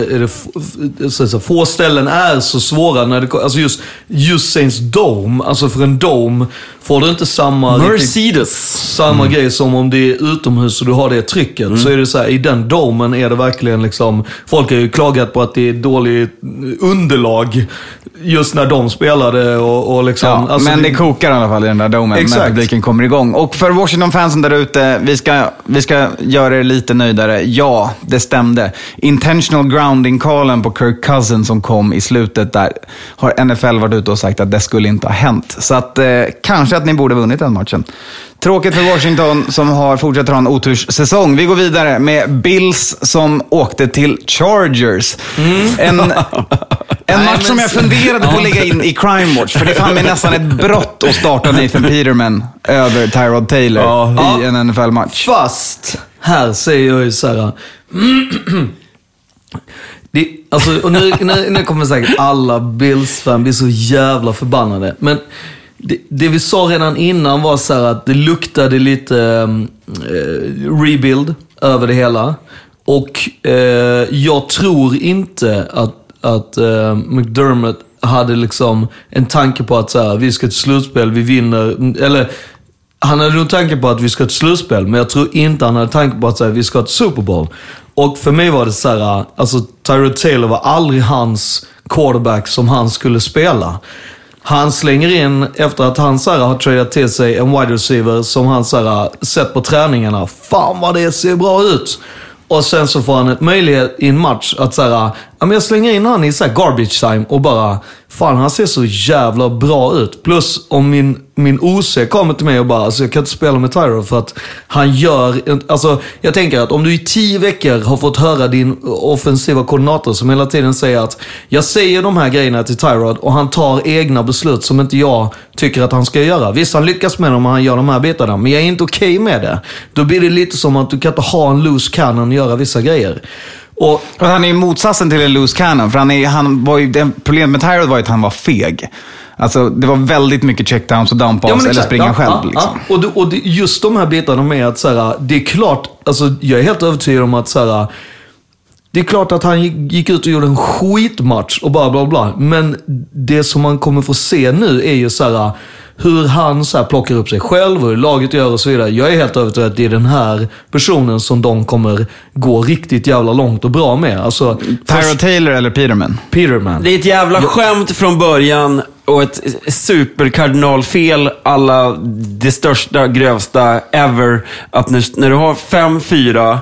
få ställen är så svåra när det, alltså just Saints Dome, alltså för en dome får du inte samma grej som om det är utomhus och du har det trycket. Så är det så här, i den domen är det verkligen liksom, folk har ju klagat på att det är dåligt underlag just när de spelade och liksom. Ja, alltså men det kokar i alla fall i den där domen när publiken kommer igång. Och för Washington-fansen där ute, vi ska göra det lite nöjdare. Ja, det stämde. Intentional grounding-callen på Kirk Cousins som kom i slutet där har NFL varit ute och sagt att det skulle inte ha hänt. Så att kanske att ni borde vunnit den matchen. Tråkigt för Washington som har fortsatt ha en oturssäsong. Vi går vidare med Bills som åkte till Chargers. En match som jag funderade på att lägga in i Crime Watch. För det fann mig nästan ett brott att starta Nathan Peterman över Tyrod Taylor i en NFL-match. Fast här säger jag ju så här. Alltså, och nu kommer säkert alla Bills-fan bli så jävla förbannade. Men det vi sa redan innan var så här att det luktade lite rebuild över det hela. Och jag tror inte att McDermott hade liksom en tanke på att så här, vi ska till slutspel, vi vinner, eller han hade nog tanke på att vi ska till slutspel, men jag tror inte han hade tanke på att så här, vi ska till Super Bowl. Och för mig var det så här, alltså Tyrod Taylor var aldrig hans quarterback som han skulle spela. Han slänger in, efter att han så här, har tradat till sig en wide receiver som han så här, sett på träningarna. Fan vad det ser bra ut. Och sen så får han ett möjlighet i en match att så här, jag slänger in han i så här garbage time och bara, fan han ser så jävla bra ut. Plus om min OC kommer till mig och bara, alltså jag kan inte spela med Tyrod för att han gör, alltså jag tänker att om du i 10 veckor har fått höra din offensiva koordinator som hela tiden säger att jag säger de här grejerna till Tyrod och han tar egna beslut som inte jag tycker att han ska göra. Visst, han lyckas med dem och han gör de här bitarna, men jag är inte okej med det. Då blir det lite som att du kan inte ha en loose cannon och göra vissa grejer. Och han är ju motsatsen till en loose cannon, för problemet med Tyrod var ju att han var feg. Alltså det var väldigt mycket checkdowns och dump-offs eller springa själv. Liksom. Och just de här bitarna med att så här, det är klart, alltså jag är helt övertygad om att så här, det är klart att han gick ut och gjorde en skitmatch och bara bla bla. Men det som man kommer få se nu är ju så här, hur han så här plockar upp sig själv och hur laget gör och så vidare. Jag är helt övertygad att det är den här personen som de kommer gå riktigt jävla långt och bra med. Alltså, Tyrod Taylor eller Peterman? Peterman. Det är ett jävla skämt från början och ett superkardinalfel alla det största, grövsta ever. Att när du har 5-4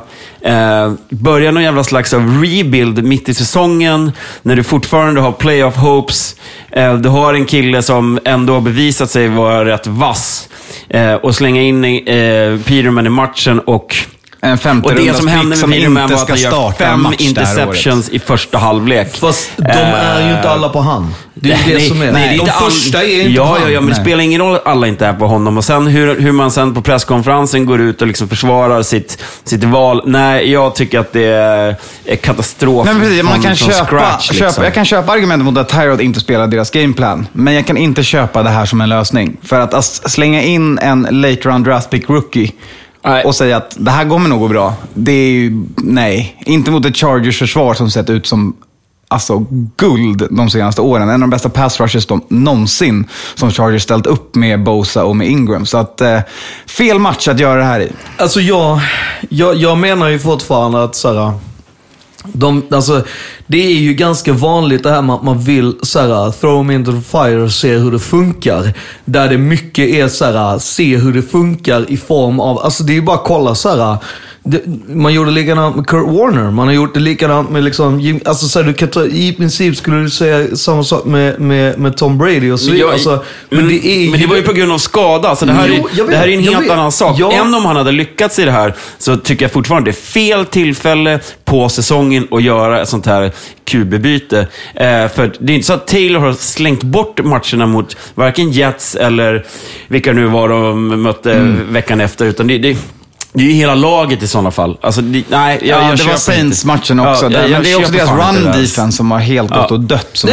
börjar någon jävla slags av rebuild mitt i säsongen, när du fortfarande har playoff hopes, du har en kille som ändå har bevisat sig vara rätt vass, och slänga in Peterman i matchen och en femte och det som hände med Peterman var att han gör 5 interceptions i första halvlek. Fast de är ju inte alla på han. Det är det som är. Nej, de första är inte på han. Ja, men det spelar ingen roll att alla inte är på honom. Och sen hur man sen på presskonferensen går ut och liksom försvarar sitt val. Nej, jag tycker att det är katastrof. Nej, precis, man kan scratch, liksom. Jag kan köpa argumentet mot att Tyrod inte spelar deras gameplan. Men jag kan inte köpa det här som en lösning. För att slänga in en late round draft pick rookie och säga att det här kommer nog gå bra. Det är ju, nej. Inte mot ett Chargers försvar som sett ut som guld de senaste åren. En av de bästa pass rushes de någonsin som Chargers ställt upp med Bosa och med Ingram. Så att fel match att göra det här i. Alltså jag menar ju fortfarande att såhär, det är ju ganska vanligt det här med att man vill såhär, throw them into the fire och se hur det funkar. Där det mycket är såhär, se hur det funkar i form av, alltså det är ju bara att kolla såhär. Man gjorde likadant med Kurt Warner. Man har gjort det likadant med liksom, alltså så här, du kan ta, i princip skulle du säga samma sak med Tom Brady och så vidare. Alltså, men det var ju på grund av skada. Så det här är en helt annan sak. Än om han hade lyckats i det här, så tycker jag fortfarande det är fel tillfälle på säsongen att göra ett sånt här QB-byte. För det är inte så att Taylor har slängt bort matcherna mot varken Jets eller vilka nu var de mötte veckan efter, utan det är ju hela laget i sådana fall. Alltså, det var Saints-matchen också. Det är också deras run-defense som har helt gått och dött.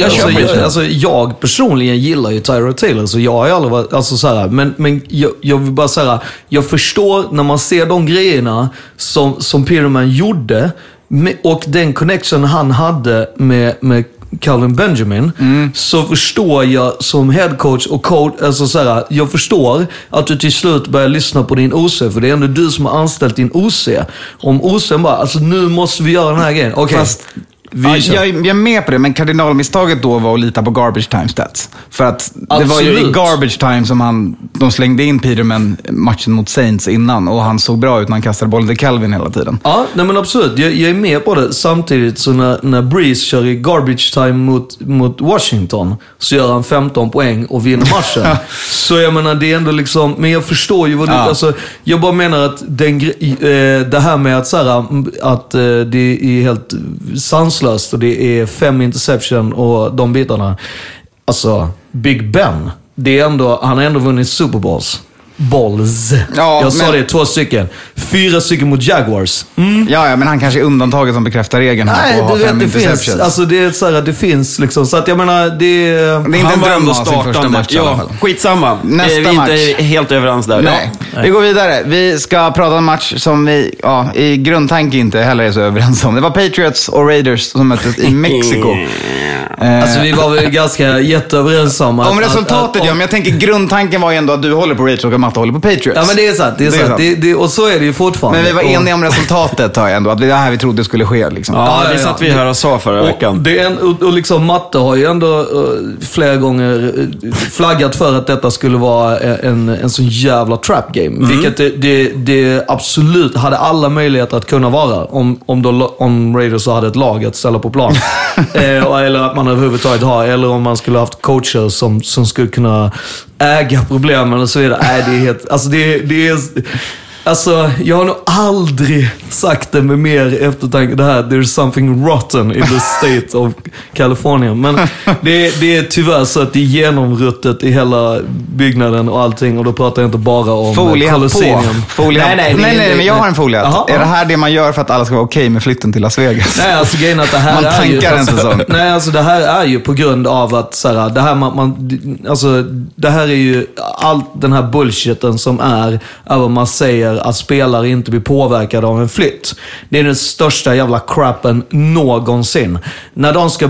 Jag personligen gillar ju Tyrod Taylor, så jag har aldrig varit, alltså, så här, men jag vill bara säga, jag förstår när man ser de grejerna som Peterman gjorde och den connection han hade med Calvin Benjamin, så förstår jag som headcoach och coach, alltså så här, jag förstår att du till slut börjar lyssna på din OC, för det är ändå du som har anställt din OC. Om OC bara, alltså nu måste vi göra den här grejen. Okej. Jag är med på det, men kardinalmisstaget då var att lita på garbage time stats. För att det var ju i garbage time som de slängde in Peterman matchen mot Saints innan, och han såg bra ut när han kastade bollen till Calvin hela tiden. Ja, nej men absolut. Jag är med på det. Samtidigt så när Breeze kör i garbage time mot Washington, så gör han 15 poäng och vinner matchen. Så jag menar, det är ändå liksom, men jag förstår ju vad du, alltså, jag bara menar att det här med att, så här, att det är helt sanslöst och det är 5 interception och de bitarna. Alltså, Big Ben, han har ändå vunnit Super Bowls. Jag sa det, 2 stycken. 4 stycken mot Jaguars. Ja, men han kanske är undantaget som bekräftar regeln här. Nej, på att ha 5 interceptions. Finns, alltså det är så här, det finns liksom, så att jag menar, det är inte en dröm att sin första match i alla fall. Skitsamma. Nästa vi match. är inte helt överens där. Nej. Vi går vidare. Vi ska prata om en match som vi i grundtanke inte heller är så överens om. Det var Patriots och Raiders som möttes i Mexiko. Alltså vi var väl ganska jätteöverens om att, om resultatet, men jag tänker grundtanken var ju ändå att du håller på Raiders och Matta håller på Patriots. Ja, men det är sant. Det är sant. Och så är det ju fortfarande. Men vi var eniga om resultatet, tar jag ändå. Att det här vi trodde skulle ske. Liksom. Ja, det satt vi här och sa förra veckan. Och liksom Matte har ju ändå flera gånger flaggat för att detta skulle vara en sån jävla trap game. Vilket det absolut hade alla möjligheter att kunna vara om Raiders hade ett lag att ställa på plan. Eller att man överhuvudtaget har, eller om man skulle haft coacher som skulle kunna äga problemen och så vidare. Nej, det är helt, alltså det är alltså, jag har nog aldrig sagt det med mer eftertanke. Det här, there's something rotten in the state of California. Men det är tyvärr så att det är genomruttet i hela byggnaden och allting. Och då pratar jag inte bara om Colosseum. Nej, men jag har en folie. Är det här det man gör för att alla ska vara okej med flytten till Las Vegas? Nej, alltså grejen att det här man är ju... en säsong. Nej, alltså det här är ju på grund av att så här, det här alltså det här är ju allt den här bullshiten som är vad man säger att spelare inte blir påverkade av en flytt. Det är den största jävla crappen någonsin. När de ska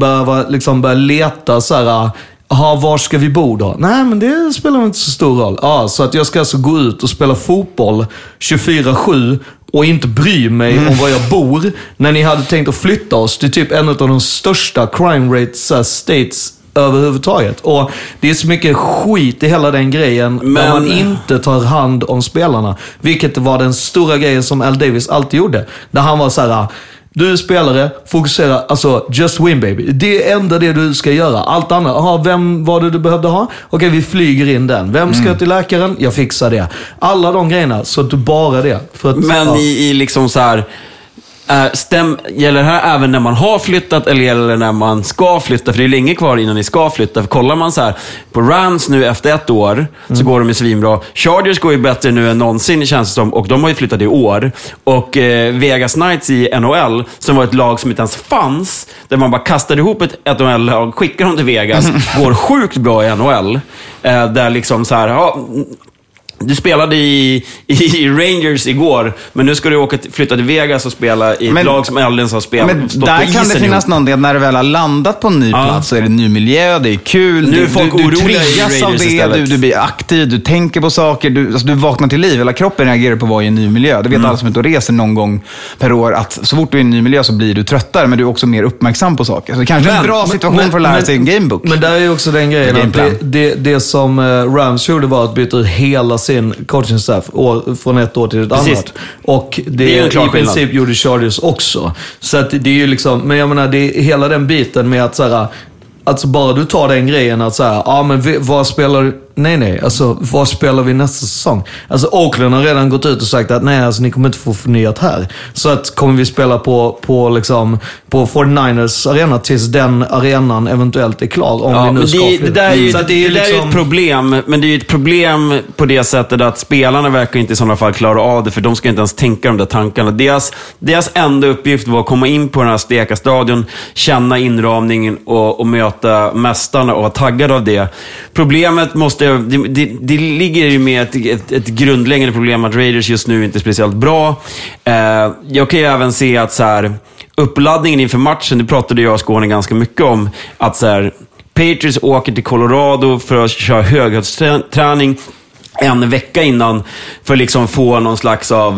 börja leta så här, var ska vi bo då? Nej, men det spelar inte så stor roll. Så att jag ska alltså gå ut och spela fotboll 24/7 och inte bry mig om var jag bor, när ni hade tänkt att flytta oss till typ en av de största crime rates states överhuvudtaget. Och det är så mycket skit i hela den grejen när man inte tar hand om spelarna. Vilket var den stora grejen som Al Davis alltid gjorde. Där han var så här: Du är spelare, fokusera, alltså just win baby. Det är enda det du ska göra. Allt annat, vem var det du behövde ha? Okej, vi flyger in den. Vem ska till läkaren? Jag fixar det. Alla de grejerna, så att du bara det. För att, men i liksom så här... gäller det här även när man har flyttat eller gäller det när man ska flytta? För det är länge kvar innan ni ska flytta. För kollar man så här på Rams nu efter 1 år så går de ju svinbra. Chargers går ju bättre nu än någonsin, känns det som. Och de har ju flyttat i år. Och Vegas Knights i NHL, som var ett lag som inte ens fanns, där man bara kastade ihop ett NHL-lag, skickade dem till Vegas, går sjukt bra i NHL. Där liksom så här... Du spelade i Rangers igår, men nu ska du flytta till Vegas och spela i ett lag som Eldens har spelat. Men där kan det finnas någonting, när du väl har landat på en ny plats så är det en ny miljö, det är kul. Nu är folk du triggas av det, du blir aktiv, du tänker på saker, du vaknar till liv. Hela kroppen reagerar på att vara i en ny miljö. Det vet alla som inte reser någon gång per år, att så fort du är i en ny miljö så blir du tröttare, men du är också mer uppmärksam på saker. Så det kanske är en bra situation för att lära sig en gamebook. Men där är ju också den grejen att det som Rams gjorde var att byta ut hela sin coaching staff från ett år till ett annat. Och det är i princip gjorde Chargers också. Så att det är ju liksom, men jag menar, det är hela den biten med att så här, alltså bara du tar den grejen att så här, men vad spelar Nej, alltså vad spelar vi nästa säsong? Alltså Oakland har redan gått ut och sagt att nej, alltså ni kommer inte få förnyat här. Så att kommer vi spela på 49ers arena tills den arenan eventuellt är klar, om vi nu ska flytta. Det där är ett problem, men det är ju ett problem på det sättet att spelarna verkar inte i sådana fall klara av det, för de ska inte ens tänka de där tankarna. Deras enda uppgift var att komma in på den här Steka-stadion, känna inramningen och möta mästarna och vara taggad av det. Problemet måste det ligger ju med ett grundläggande problem att Raiders just nu inte är speciellt bra. Jag kan ju även se att så här, uppladdningen inför matchen, det pratade jag och Skåne ganska mycket om, att så här, Patriots åker till Colorado för att köra höghöjdsträning en vecka innan för att liksom få någon slags av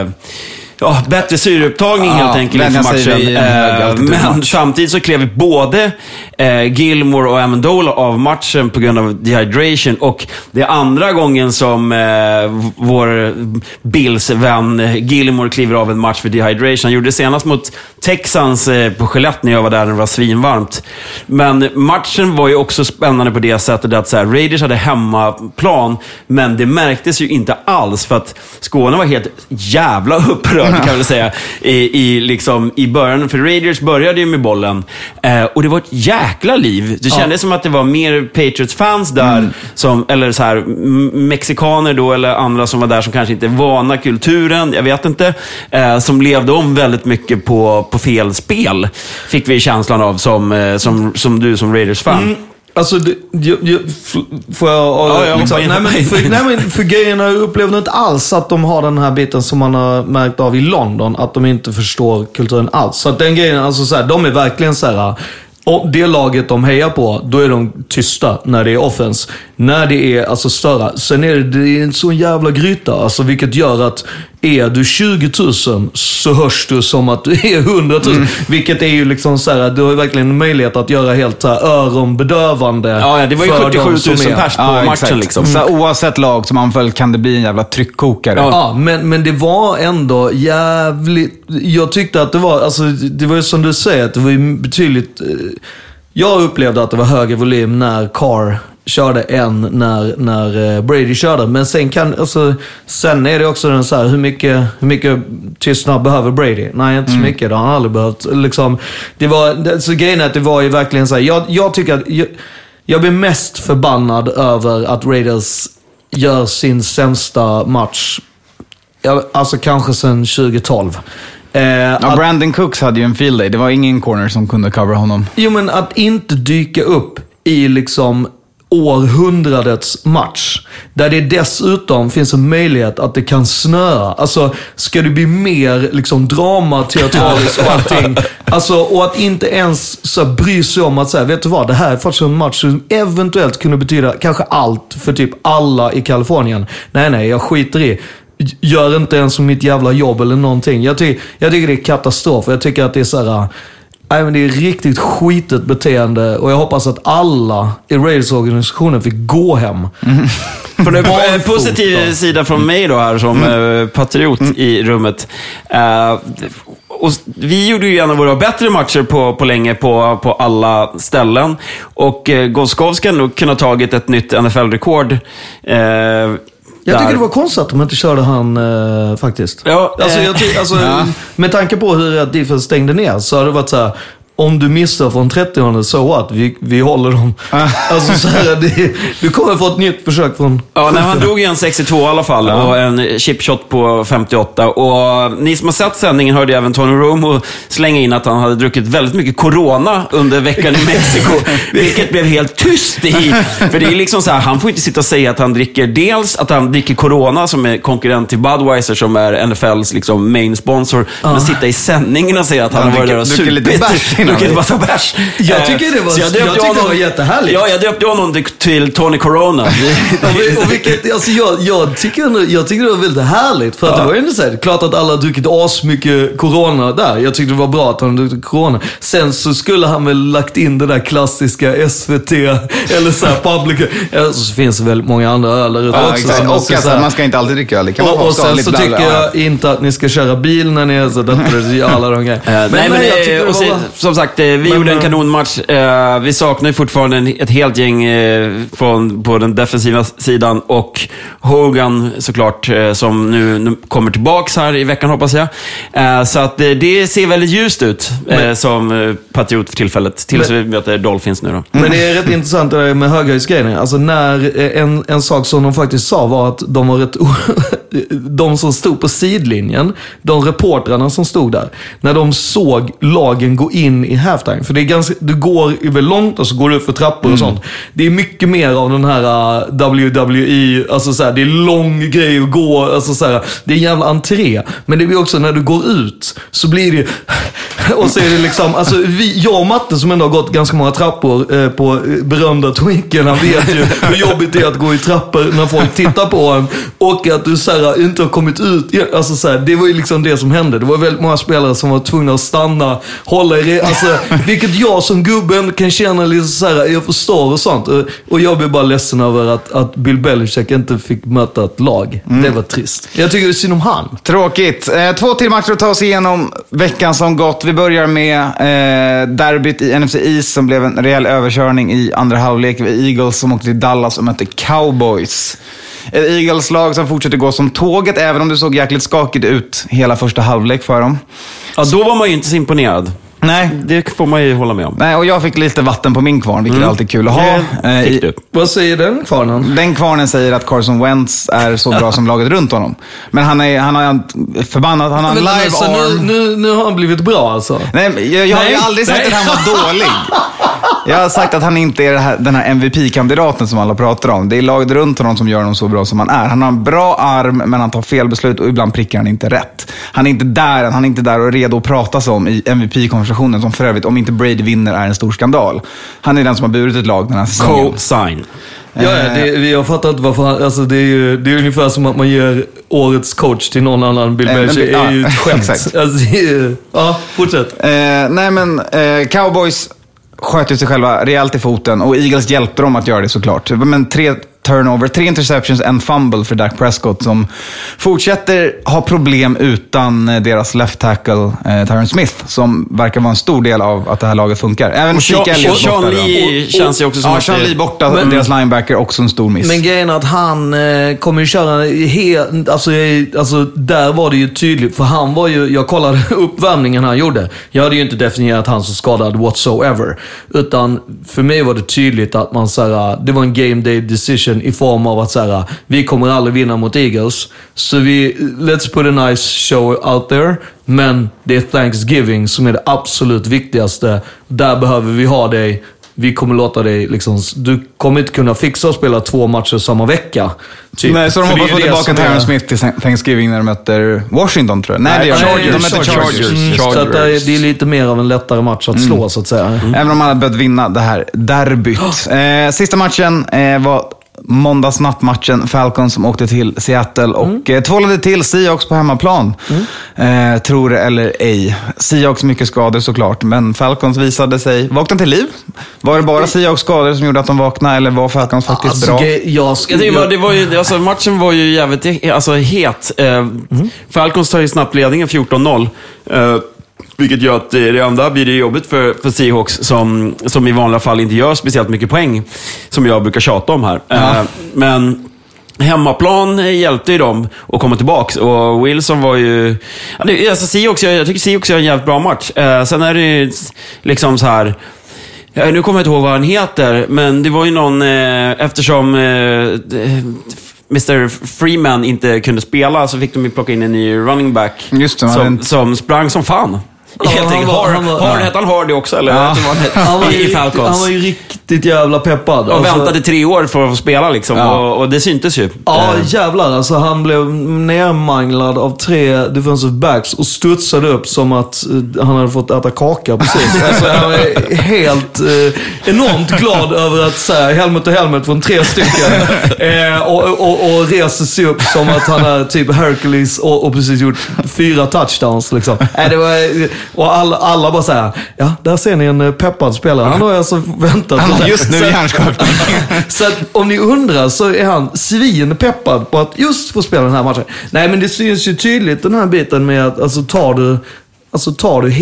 bättre syreupptagning helt enkelt inför matchen. Men samtidigt så klev både Gilmore och Amendola av matchen på grund av dehydration. Och det är andra gången som vår Bills-vän Gilmore kliver av en match för dehydration. Han gjorde det senast mot Texans på Gillette när jag var där, när det var svinvarmt. Men matchen var ju också spännande på det sättet att så här, Raiders hade hemmaplan, men det märktes ju inte alls, för att Skåne var helt jävla upprörd, kan jag väl säga, i början. För Raiders började ju med bollen och det var ett jäkla liv. Det kändes som att det var mer Patriots-fans där, eller så här mexikaner då, eller andra som var där som kanske inte är vana kulturen, jag vet inte, som levde om väldigt mycket på fel spel, fick vi känslan av som du som Raiders-fan. Alltså, får jag... För grejerna upplevde inte alls att de har den här biten som man har märkt av i London, att de inte förstår kulturen alls. Så att den grejen, alltså så här, de är verkligen så här... Och det laget de hejar på, då är de tysta när det är offense. När det är alltså störa. Sen är det en sån jävla gryta. Alltså, vilket gör att är du 20 000 så hörs du som att du är 100 000. Vilket är ju liksom så här, du har ju verkligen en möjlighet att göra helt så här öronbedövande. Ja, det var ju 77 000 pers på matchen liksom. Så oavsett lag som anföll kan det bli en jävla tryckkokare. Ja, men det var ändå jävligt... Jag tyckte att det var, alltså det var ju som du säger, att det var ju betydligt... Jag upplevde att det var högre volym när Carr körde än när Brady körde. Men sen är det också den så här, hur mycket tystnad behöver Brady? Nej, inte så mycket. Det har han aldrig behövt. Liksom, så grejen är att det var ju verkligen så här, jag tycker att jag blir mest förbannad över att Raiders gör sin sämsta match, alltså kanske sedan 2012. Brandon Cooks hade ju en field day. Det var ingen corner som kunde cover honom. Jo, men att inte dyka upp i liksom århundradets match, där det dessutom finns en möjlighet att det kan snöa. Alltså, ska du bli mer liksom dramateatralisk och allting. Alltså, och att inte ens så bry sig om att säga, vet du vad, det här är faktiskt en match som eventuellt kunde betyda kanske allt för typ alla i Kalifornien. Nej, jag skiter i. Gör inte ens som mitt jävla jobb eller någonting. Jag tycker det är katastrof. Jag tycker att det är så här... Även det är riktigt skitigt beteende. Och jag hoppas att alla i Raiders-organisationen fick gå hem. På en positiv sida från mig då här som patriot i rummet. och vi gjorde ju en av våra bättre matcher på länge på alla ställen. Och Gostkowski har nog kunnat tagit ett nytt NFL-rekord. Jag tycker det var konstigt att de inte körde han faktiskt. Ja, med tanke på hur defense stängde ner så har det varit så här: om du missar från 30 så att vi håller dem. Alltså så här, du kommer få ett nytt försök från... Ja, när han drog en 62 i alla fall och en chipshot på 58. Och ni som har sett sändningen hörde även Tony Romo slänga in att han hade druckit väldigt mycket corona under veckan i Mexiko. Vilket blev helt tyst i. För det är liksom så här, han får inte sitta och säga att han dricker, dels att han dricker corona som är konkurrent till Budweiser som är NFLs liksom main sponsor. Men sitta i sändningen och säga att han har varit där och supit. Druckit massa bärs. Jag tycker det var jättehärligt. Ja, jag döpte honom till Tony Corona. och vilket, alltså jag tycker det var väldigt härligt. För att det var ju inte så här, klart att alla har druckit asmycket corona där. Jag tyckte det var bra att han druckit corona. Sen så skulle han väl lagt in det där klassiska SVT eller så här public. Så finns det väl många andra öl där ute också. Och alltså, man ska inte alltid dricka öl. Och sen så tycker jag inte att ni ska köra bil när ni är så döttrar alla de grejerna. Men jag tycker som sagt, vi gjorde en kanonmatch. Vi saknar fortfarande ett helt gäng på den defensiva sidan. Och Hogan såklart, som nu kommer tillbaks här i veckan hoppas jag. Så att det ser väldigt ljust ut som Patriot för tillfället. Tills vi möter Dolphins nu då. Men det är rätt intressant det där med höghöjdsgrejerna. Alltså när en sak som de faktiskt sa var att de var de som stod på sidlinjen, de reportrarna som stod där, när de såg lagen gå in i halftime. För det är ganska, du går över långt och så går du upp för trappor och sånt. Det är mycket mer av den här WWE, alltså så här, det är lång grej att gå, alltså så här, det är en jävla entré. Men det blir också när du går ut så blir det och så är det liksom, alltså jag och Matte som ändå har gått ganska många trappor på berömda Twinken, han vet ju hur jobbigt det är att gå i trappor när folk tittar på en och att du så här, inte har kommit ut, alltså så här, det var ju liksom det som hände. Det var väldigt många spelare som var tvungna att stanna, hålla i, alltså vilket jag som gubben kan känna lite så här, jag förstår och sånt. Och jag blir bara ledsen över att Bill Belichick inte fick möta ett lag. Det var trist. Jag tycker det är synd om han. Tråkigt. 2 till matcher att ta oss igenom veckan som gått. Vi börjar med derbyt i NFC East som blev en rejäl överkörning i andra halvlek. Eagles som åkte till Dallas och mötte Cowboys. Ett Eagles-lag som fortsätter gå som tåget, även om det såg jäkligt skakigt ut hela första halvlek för dem. Ja, då var man ju inte så imponerad. Nej. Det får man ju hålla med om. Nej, och jag fick lite vatten på min kvarn, vilket är alltid kul att ha. Vad säger den kvarnen? Den kvarnen säger att Carson Wentz är så bra som laget runt honom. Men han har förbannat, han har en live arm. Nu har han blivit bra alltså. Nej, jag har ju aldrig sagt att han var dålig. Jag har sagt att han inte är den här MVP-kandidaten som alla pratar om. Det är laget runt honom som gör honom så bra som han är. Han har en bra arm, men han tar fel beslut och ibland prickar han inte rätt. Han är inte där och redo att prata om i MVP-konversationen, som för övrigt, om inte Brady vinner, är en stor skandal. Han är den som har burit ett lag den här säsongen. Co-sign. Ja, jag fattar inte varför alltså det är ungefär som att man ger årets coach till någon annan. Bill Belichick är ju ett skämt. Alltså, fortsätt. Cowboys sköt ju sig själva rejält i foten och Eagles hjälpte dem att göra det såklart. Men 3 turnover, 3 interceptions, en fumble för Dak Prescott som fortsätter ha problem utan deras left tackle Tyron Smith, som verkar vara en stor del av att det här laget funkar. Även och Sean Lee känns ju också som Sean Lee borta, men deras linebacker också en stor miss. Men grejen är att han kommer ju köra alltså där var det ju tydligt, för han var ju, jag kollade uppvärmningen han gjorde. Jag hade ju inte definierat han som skadad whatsoever, utan för mig var det tydligt att man såhär, det var en game day decision i form av att såhär, vi kommer aldrig vinna mot Eagles, så let's put a nice show out there, men det är Thanksgiving som är det absolut viktigaste. Där behöver vi ha dig. Vi kommer låta dig liksom, du kommer inte kunna fixa och spela 2 matcher samma vecka. Typ. Nej, så de hoppas få tillbaka Tyron Smith till Thanksgiving när de möter Washington, tror jag. Nej, det är de möter Chargers. Så att det är lite mer av en lättare match att slå, så att säga. Även om man hade behövt vinna det här derbyt. Sista matchen var måndagsnattmatchen. Falcons som åkte till Seattle och tvålade till Seahawks på hemmaplan. Tror det eller ej. Seahawks mycket skador såklart, men Falcons visade sig vakna till liv. Var det bara Seahawks skador som gjorde att de vaknade, eller var Falcons faktiskt bra? Det var ju, alltså, matchen var ju jävligt het. Falcons tar ju snabbt ledningen 14-0. Vilket gör att redan där blir det jobbigt för Seahawks som i vanliga fall inte gör speciellt mycket poäng, som jag brukar tjata om här. Men hemmaplan hjälpte ju dem att komma tillbaks, och Wilson var ju... Alltså Seahawks, jag tycker Seahawks gör en jävligt bra match. Sen är det ju liksom så här... Nu kommer jag inte ihåg vad han heter, men det var ju någon... eftersom Mr. Freeman inte kunde spela, så fick de ju plocka in en ny running back. Just det, som sprang som fan. Hette han Hardy också, eller? Ja. I Falcons. Han var ju riktigt jävla peppad. Och väntade 3 år för att få spela liksom. Och det syntes ju. Ja, jävlar. Alltså, han blev nermanglad av 3 defensive backs och studsade upp som att han hade fått äta kaka precis. Alltså, han var helt enormt glad över att säga helmet och helmet från 3 stycken. Och reser sig upp som att han är typ Hercules och precis gjort 4 touchdowns liksom. Det var... Och alla bara säger, ja, där ser ni en peppad spelare. Han har alltså väntat. Han har just nu hjärnskakning. Så att, om ni undrar, så är han svinpeppad på att just få spela den här matchen. Nej, men det syns ju tydligt den här biten med att tar du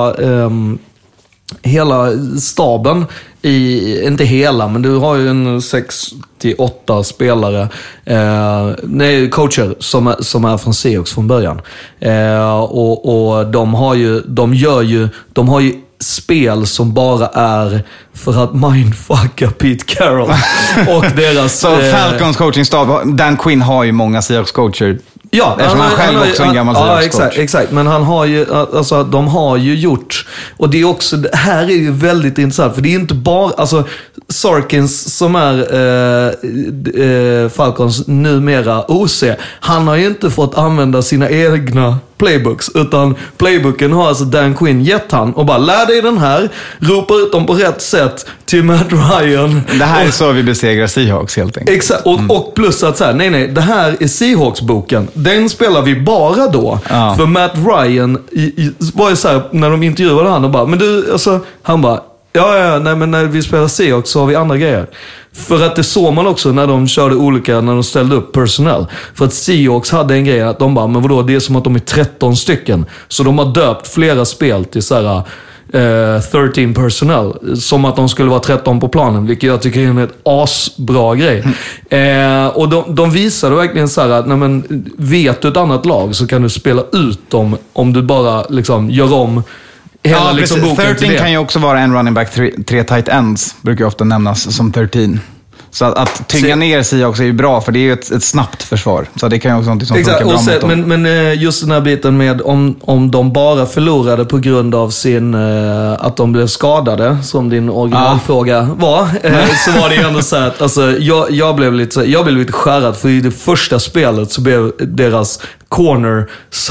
hela staben inte hela, men du har ju en 6-8 spelare coacher som är från Seahawks från början. Och de har ju spel som bara är för att mindfucka Pete Carroll och deras... Så Falcons coachingstab, Dan Quinn har ju många Seahawks coacher. Ja, eftersom han själv också är en gammal Seahawks-coach. Exakt. Men han har ju, alltså de har ju gjort, och det är också, det här är ju väldigt intressant, för det är inte bara, alltså Sarkins som är Falcons numera OC, han har ju inte fått använda sina egna playbooks, utan playbooken har alltså Dan Quinn gett han och bara lär dig den här, ropa ut dem på rätt sätt till Matt Ryan. Det här är så vi besegrar Seahawks helt enkelt. Exakt, och plus att så här, nej, det här är Seahawks-boken. Den spelar vi bara då. Ja. För Matt Ryan var ju så här, när de intervjuade han och bara, men du, alltså, han bara, nej, men när vi spelar Seahawks så har vi andra grejer. För att det såg man också när de körde olika, när de ställde upp personal. För att Seahawks hade en grej att de bara, men vadå, det är som att de är 13 stycken. Så de har döpt flera spel till så här 13 personnel, som att de skulle vara 13 på planen, vilket jag tycker är en asbra grej. Och de visade verkligen så här att, nej, men vet du ett annat lag så kan du spela ut dem om du bara liksom gör om hela liksom boken 13 till det. Kan ju också vara en running back, 3 tight ends brukar ju ofta nämnas som 13. Så att tynga ner Seahawks är ju bra, för det är ju ett snabbt försvar. Så det kan ju också något som funkar bra mot dem. Men just den här biten med om de bara förlorade på grund av sin att de blev skadade, som din originalfråga var, så var det ju ändå så att alltså, jag blev lite skärrad, för i det första spelet så blev deras corner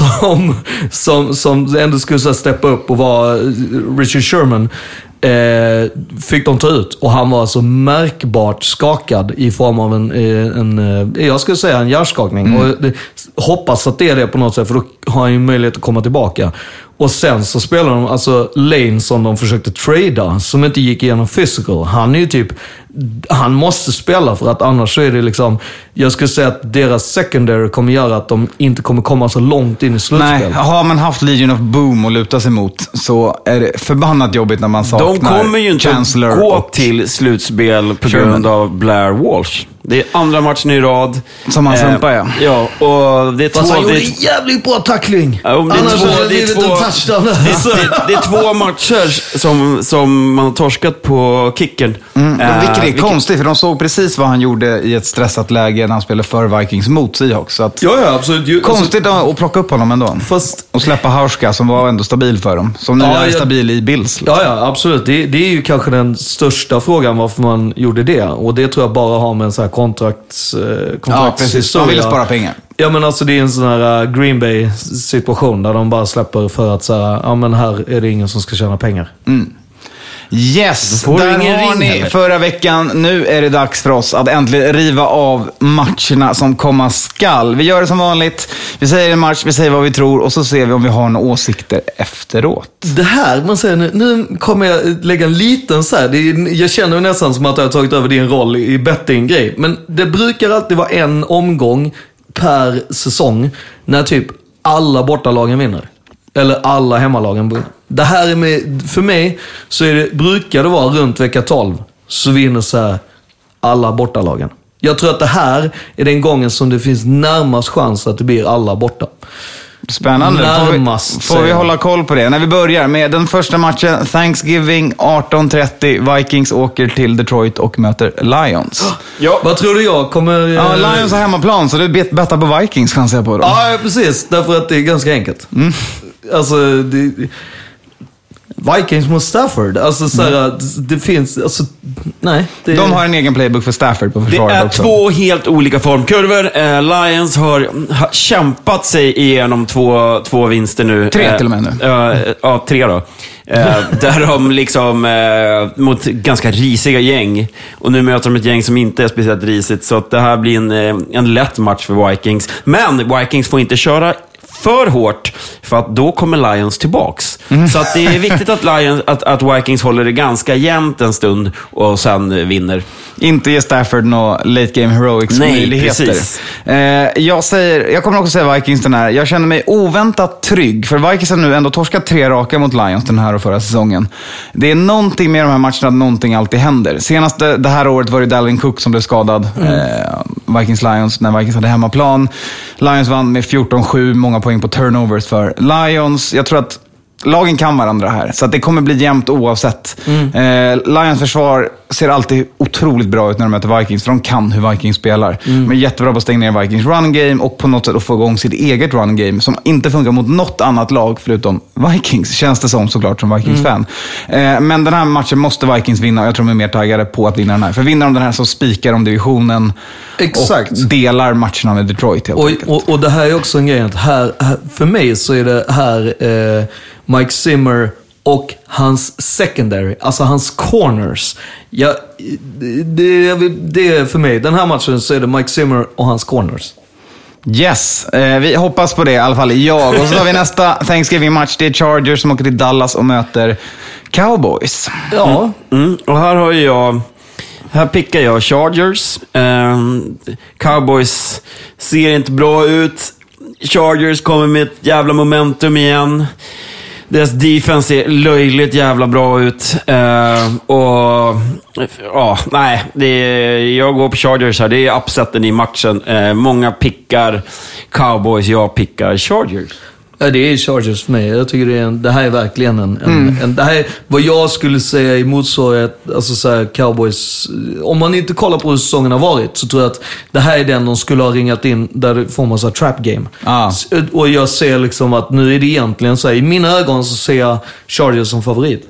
som ändå skulle så steppa upp och vara Richard Sherman, fick de ta ut, och han var alltså märkbart skakad i form av en jag skulle säga en hjärnskakning. Och hoppas att det är det på något sätt, för då har han ju möjlighet att komma tillbaka. Och sen så spelar de alltså Lane som de försökte trada, som inte gick igenom physical. Han är ju typ, han måste spela, för att annars så är det liksom, jag skulle säga att deras secondary kommer göra att de inte kommer komma så långt in i slutspel. Nej, har man haft Legion of Boom att luta sig mot, så är det förbannat jobbigt när man saknar Chancellor. De kommer ju inte gå till slutspel på grund av Blair Walsh. Det är andra matchen i rad. Som han sumpar, ja. Ja, och det är två... Han gjorde en jävligt bra tackling. Ja, det är 2 matcher som man har torskat på kicken. Vilket är konstigt, för de såg precis vad han gjorde i ett stressat läge när han spelade för Vikings mot Seahawks. Så att, ja, absolut. Konstigt att plocka upp honom ändå. Och släppa Hauska, som var ändå stabil för dem. Som nu är stabil i Bills. Liksom. Ja, absolut. Det är ju kanske den största frågan varför man gjorde det. Och det tror jag bara har med en sån här kontrakts ja, precis. De ville spara pengar. Ja, men alltså det är en sån här Green Bay-situation där de bara släpper för att säga, ja, men här är det ingen som ska tjäna pengar. Yes, där har ni förra veckan. Nu är det dags för oss att äntligen riva av matcherna som komma skall. Vi gör det som vanligt. Vi säger en match, vi säger vad vi tror, och så ser vi om vi har några åsikter efteråt. Det här, man säger nu kommer jag lägga en liten så här. Jag känner nästan som att jag har tagit över din roll i betting-grej. Men det brukar alltid vara en omgång per säsong när typ alla bortalagen vinner. Eller alla hemmalagen. Det här är med, för mig så brukar det vara runt vecka 12 så vinner så här alla bortalagen. Jag tror att det här är den gången som det finns närmast chans att det blir alla borta. Spännande. Får vi hålla koll på det. När vi börjar med den första matchen, Thanksgiving 18:30. Vikings åker till Detroit och möter Lions. Ja. Vad tror du jag kommer... Ja, Lions har hemmaplan, så du bettar på Vikings kan jag säga på dem. Ja, precis. Därför att det är ganska enkelt. Alltså, Vikings mot Stafford. Alltså såhär, det finns... Alltså, nej. De har en egen playbook för Stafford på försvaret Det är också. Två helt olika formkurvor. Lions har kämpat sig igenom två vinster nu. 3 till och med nu. Ja, 3 då. Där de liksom mot ganska risiga gäng. Och nu möter de ett gäng som inte är speciellt risigt. Så att det här blir en lätt match för Vikings. Men Vikings får inte köra för hårt, för att då kommer Lions tillbaks. Så att det är viktigt att Vikings håller det ganska jämnt en stund och sen vinner. Inte ge Stafford några late game heroics möjligheter. Precis. Jag kommer också säga Vikings den här. Jag känner mig oväntat trygg, för Vikings har nu ändå torskat 3 raka mot Lions den här och förra säsongen. Det är någonting med de här matcherna att någonting alltid händer. Senast det här året var det Dalvin Cook som blev skadad. Vikings-Lions när Vikings hade hemmaplan. Lions vann med 14-7, många poäng på turnovers för Lions. Jag tror att lagen kan varandra här, så att det kommer bli jämnt oavsett. Lions försvar ser alltid otroligt bra ut när de möter Vikings, för de kan hur Vikings spelar. Men är jättebra på att stänga ner Vikings run game och på något sätt att få igång sitt eget run game som inte funkar mot något annat lag förutom Vikings, känns det som, såklart, som Vikings-fan. Men den här matchen måste Vikings vinna, och jag tror de är mer taggade på att vinna den här. För vinner de den här så spikar de divisionen. Exakt. Och delar matcherna med Detroit helt enkelt. Och det här är också en grej att här, för mig så är det här Mike Zimmer och hans secondary, alltså hans corners. Ja, det är för mig, den här matchen så är det Mike Zimmer och hans corners. Yes, vi hoppas på det i alla fall, jag. Och så har vi nästa Thanksgiving-match. Det är Chargers som åker till Dallas och möter Cowboys. Ja. Och här pickar jag Chargers. Cowboys ser inte bra ut. Chargers kommer med ett jävla momentum igen. Deras defense ser löjligt jävla bra ut. Jag går på Chargers här. Det är upseten i matchen. Många pickar Cowboys, jag pickar Chargers. Ja, det är Chargers för mig. Jag tycker det här är verkligen det här är vad jag skulle säga i motsvarighet, alltså så här, Cowboys. Om man inte kollar på hur säsongen har varit, så tror jag att det här är den de skulle ha ringat in där det får man så här trap game. Och jag ser liksom att nu är det egentligen så här, i mina ögon så ser jag Chargers som favorit.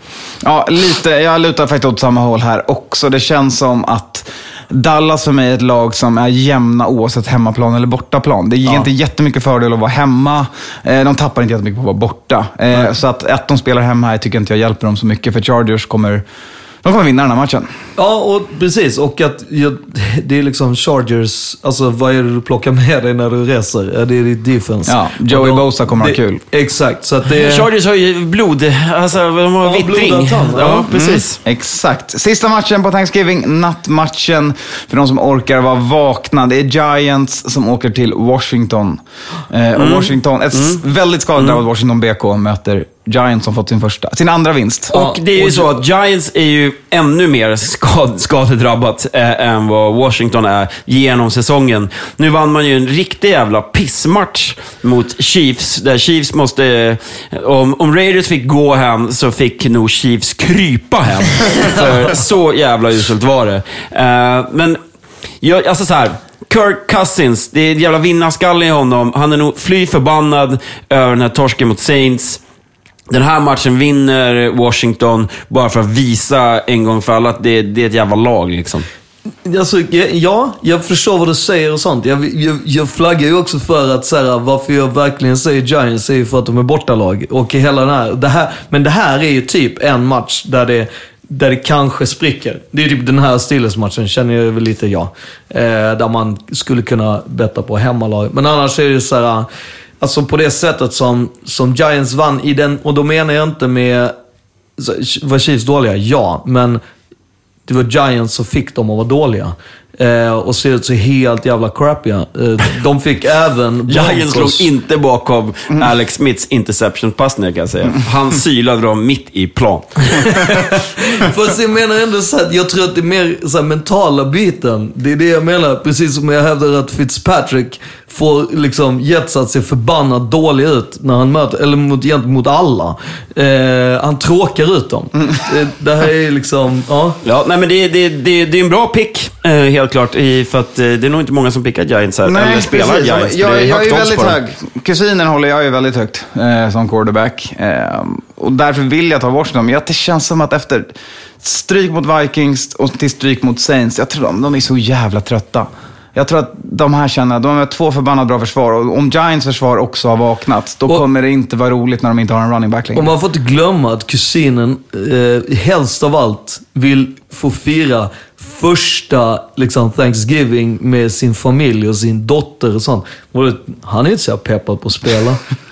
Ja, lite. Jag lutar faktiskt åt samma håll här också. Det känns som att Dallas för mig är ett lag som är jämna oavsett hemmaplan eller bortaplan. Det ger inte jättemycket fördel att vara hemma. De tappar inte jättemycket på att vara borta. Så att de spelar hemma här tycker inte jag hjälper dem så mycket. För Chargers kommer vinna den här matchen. Ja, och precis. Och att det är liksom Chargers, alltså vad är det du plockar med dig när du reser? Det är ditt defense. Ja, Joey Bosa kommer ha kul. Exakt. Så att det... Chargers har ju blod, alltså de har vittring. Ja, precis. Exakt. Sista matchen på Thanksgiving, nattmatchen för de som orkar vara vakna. Det är Giants som åker till Washington. Och Washington, ett väldigt skadedrabbat Washington BK möter Giants som fått sin andra vinst. Och det är ju så att Giants är ju ännu mer skadedrabbat än vad Washington är genom säsongen. Nu vann man ju en riktig jävla pissmatch mot Chiefs. Där Chiefs måste... Om Raiders fick gå hem så fick nog Chiefs krypa hem. För så jävla uselt var det. Men alltså så här... Kirk Cousins, det är en jävla vinnarskalle i honom. Han är nog fly förbannad över den här torsken mot Saints. Den här matchen vinner Washington bara för att visa en gång för alla att det är ett jävla lag liksom. Alltså, ja, jag förstår vad du säger och sånt. Jag flaggar ju också för att säga varför jag verkligen säger Giants är ju för att de är bortalag. Och hela det här, men det här är ju typ en match där det kanske spricker. Det är typ den här Steelers-matchen, känner jag väl lite där man skulle kunna betta på hemmalag. Men annars är det så här, alltså på det sättet som Giants vann i den, och då menar jag inte med var Chiefs dåliga, men det var Giants som fick dem att vara dåliga. och ser ut så helt jävla crappiga. De fick även Giants slog inte bakom Alex Smiths interception-passningar, kan jag säga. Han sylade dem mitt i plan. Fast jag menar ändå så att jag tror att det är mer så här mentala biten. Det är det jag menar, precis som jag hävdar att Fitzpatrick får liksom Jets att se förbannat dålig ut när han möter, eller gentemot alla. Han tråkar ut dem. Det här är liksom, ja, nej, men det är en bra pick, helt klart, för att det är nog inte många som pickar Giants här. Nej, eller spelar precis. Giants. Jag är ju väldigt hög. Kusinen håller jag ju väldigt högt som quarterback. Och därför vill jag ta Washington. Men det känns som att efter stryk mot Vikings och till stryk mot Saints, jag tror de är så jävla trötta. Jag tror att de här känner att de har 2 förbannat bra försvar. Och om Giants försvar också har vaknat, då kommer det inte vara roligt när de inte har en running back längre. Och man får inte glömma att kusinen helst av allt vill få fira första liksom, Thanksgiving med sin familj och sin dotter och sånt. Han är inte så peppad på att spela.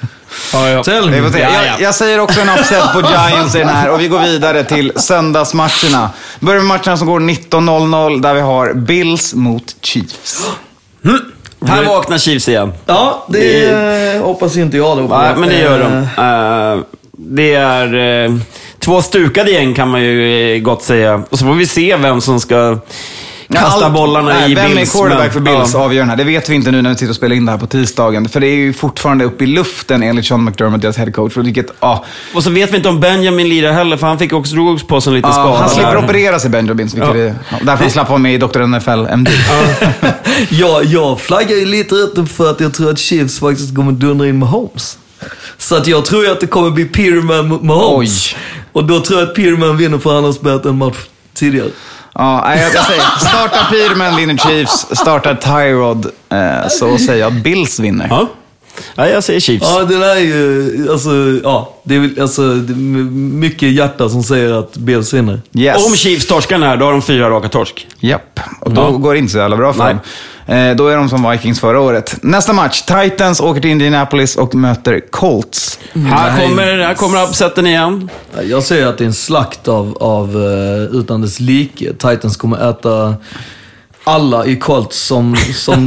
Jag säger också en upset på Giants i den här. Och vi går vidare till söndagsmatcherna. Börjar med matcherna som går 19:00, där vi har Bills mot Chiefs. Här vaknar Chiefs igen. Ja, det hoppas inte jag då. Nej, men det gör de. Det är 2 stukade gäng, kan man ju gott säga. Och så får vi se vem som ska kasta bollarna i Bills. Vem är quarterback för Bills avgör den här? Det vet vi inte nu när vi sitter och spelar in det här på tisdagen. För det är ju fortfarande uppe i luften enligt Sean McDermott, deras headcoach. Och så vet vi inte om Benjamin lirar heller, för han fick också drog på sig en liten skada. Han slipper operera sig, Benjamin. Därför han slapp vara med i Dr. NFL MD. Jag flaggar ju lite rätt för att jag tror att Chiefs faktiskt kommer dundra in med Mahomes. Så att jag tror att det kommer bli Peterman mot Mahomes. Och då tror jag att Peterman vinner, för han har spelat en match tidigare. Ja, jag säger, startar Peterman, vinner Chiefs. Startar Tyrod, så säger jag Bills vinner. Ja, jag säger Chiefs. Ja, det där är ju, det är mycket hjärta som säger att Bills vinner. Yes. Om Chiefs torskar här, då har de 4 raka torsk. Japp, och då går det inte så jävla bra för dem. Då är de som Vikings förra året. Nästa match, Titans åker till Indianapolis och möter Colts. Här kommer upsetten igen. Jag säger att det är en slakt av utan dess like. Titans kommer äta alla i Colts som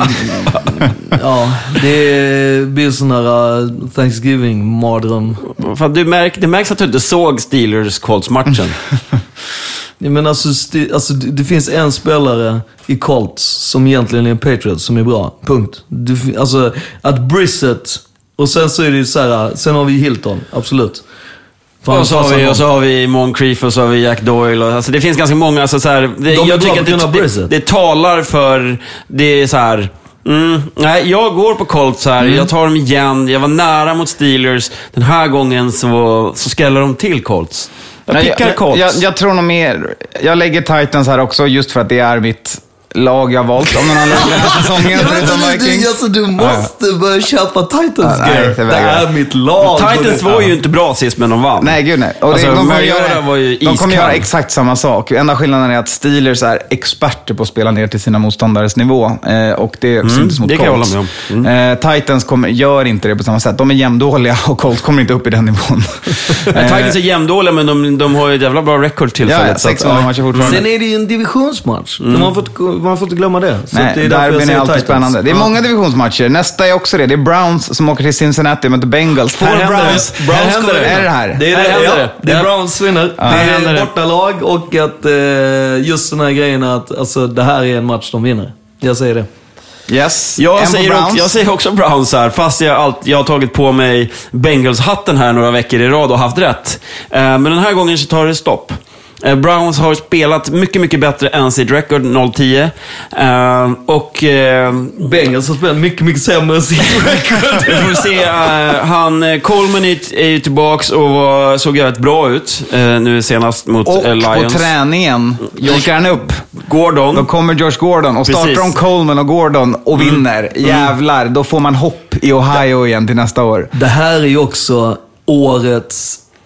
det blir sån här Thanksgiving-mardröm. Det märks att du inte såg Steelers-Colts-matchen. Men alltså, det finns en spelare i Colts som egentligen är en Patriot som är bra. Punkt. Alltså, att Brissett, och sen så är det så här, sen har vi Hilton, absolut. Och så har vi Moncrief och så har vi Jack Doyle. Alltså det finns ganska många. Alltså jag tycker att det talar för... Det är så här... nej, jag går på Colts här. Jag tar dem igen. Jag var nära mot Steelers. Den här gången så skallar de till Colts. Jag pickar Colts. Jag tror nog mer... Jag lägger Titans här också, just för att det är mitt lag jag valt om någon annan säsongen. Du måste börja köpa Titans gear. Det är mitt lag. Titans var ju inte bra sist, men de vann. Nej, gud nej. Och alltså, de kommer göra exakt samma sak. Enda skillnaden är att Steelers är experter på att spela ner till sina motståndares nivå. Och det syntes mot Colts. Titans gör inte det på samma sätt. De är jämndåliga och Colts kommer inte upp i den nivån. Titans är jämndåliga, men de har ju ett jävla bra record tillfället. 600 matcher fortfarande. Sen är det ju en divisionsmatch. Man får inte glömma det. Så nej, det är derbyn är alltid spännande. Det är många divisionsmatcher. Nästa är också det. Det är Browns som åker till Cincinnati med Bengals. Här Browns är det här. Det är Browns vinner. Det är bortalag, och att just den här grejen att alltså, det här är en match de vinner. Jag säger det. Yes. Jag säger också Browns här, fast jag har tagit på mig Bengals-hatten här några veckor i rad och haft rätt. Men den här gången så tar det stopp. Browns har spelat mycket, mycket bättre än sitt record 0-10. Och Bengals har spelat mycket, mycket sämre än sitt record. Vi får se. Coleman är ju tillbaks och såg rätt bra ut nu senast mot Lions. Och på träningen gick han upp. Gordon. Då kommer Josh Gordon och startar de Coleman och Gordon och vinner. Jävlar, då får man hopp i Ohio igen till nästa år. Det här är ju också årets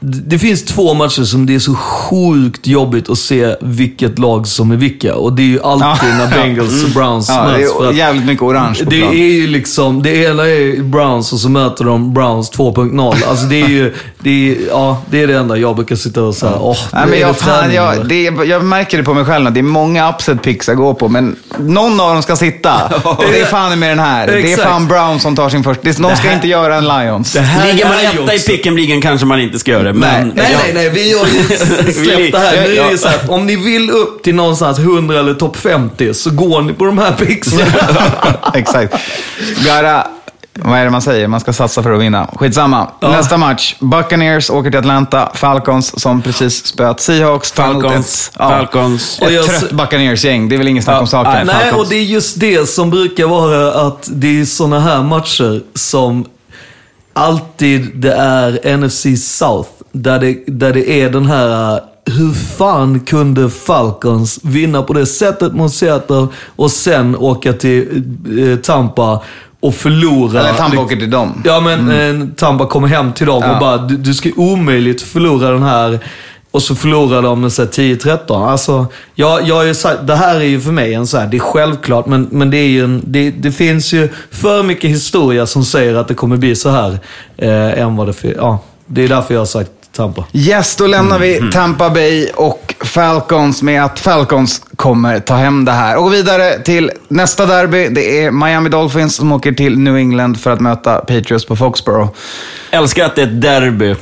Det finns 2 matcher som det är så sjukt jobbigt att se vilket lag som är vilka. Och det är ju alltid när Bengals och Browns möts. Det är jävligt mycket orange på det är ju liksom, det ena är Browns och så möter de Browns 2.0. Alltså det är ju, det är det enda jag brukar sitta och säga. Jag märker det på mig själv. Det är många upset picks jag går på, men någon av dem ska sitta. Och det är fan med den här. Det är fan Browns som tar sin första. Någon ska inte göra en Lions. Ligger man etta i picken kanske man inte ska göra det. Men, nej, vi har ju släppt det här. Nu är det så här, om ni vill upp till någonstans 100 eller topp 50 så går ni på de här picksen. Exakt. Gara, vad är det man säger? Man ska satsa för att vinna. Skitsamma. Nästa match. Buccaneers åker till Atlanta. Falcons som precis spöat Seahawks. Falcons. Ett trött Buccaneers-gäng. Det är väl ingen snack om saken. Nej, och det är just det som brukar vara att det är såna här matcher som alltid det är NFC South. Där det är den här... Hur fan kunde Falcons vinna på det sättet mot Seattle och sen åka till Tampa och förlora? Eller Tampa åker till dem. Ja, men Tampa kommer hem till dem och bara, du ska omöjligt förlora den här. Och så förlorar de med 10-13. Alltså, jag är så här, det här är ju för mig en så här, det är självklart, men det är ju det finns ju för mycket historia som säger att det kommer bli så här än vad det det är därför jag har sagt Tampa. Yes, då lämnar vi Tampa Bay och Falcons med att Falcons kommer ta hem det här. Och gå vidare till nästa derby. Det är Miami Dolphins som åker till New England för att möta Patriots på Foxborough. Älskar att det är ett derby.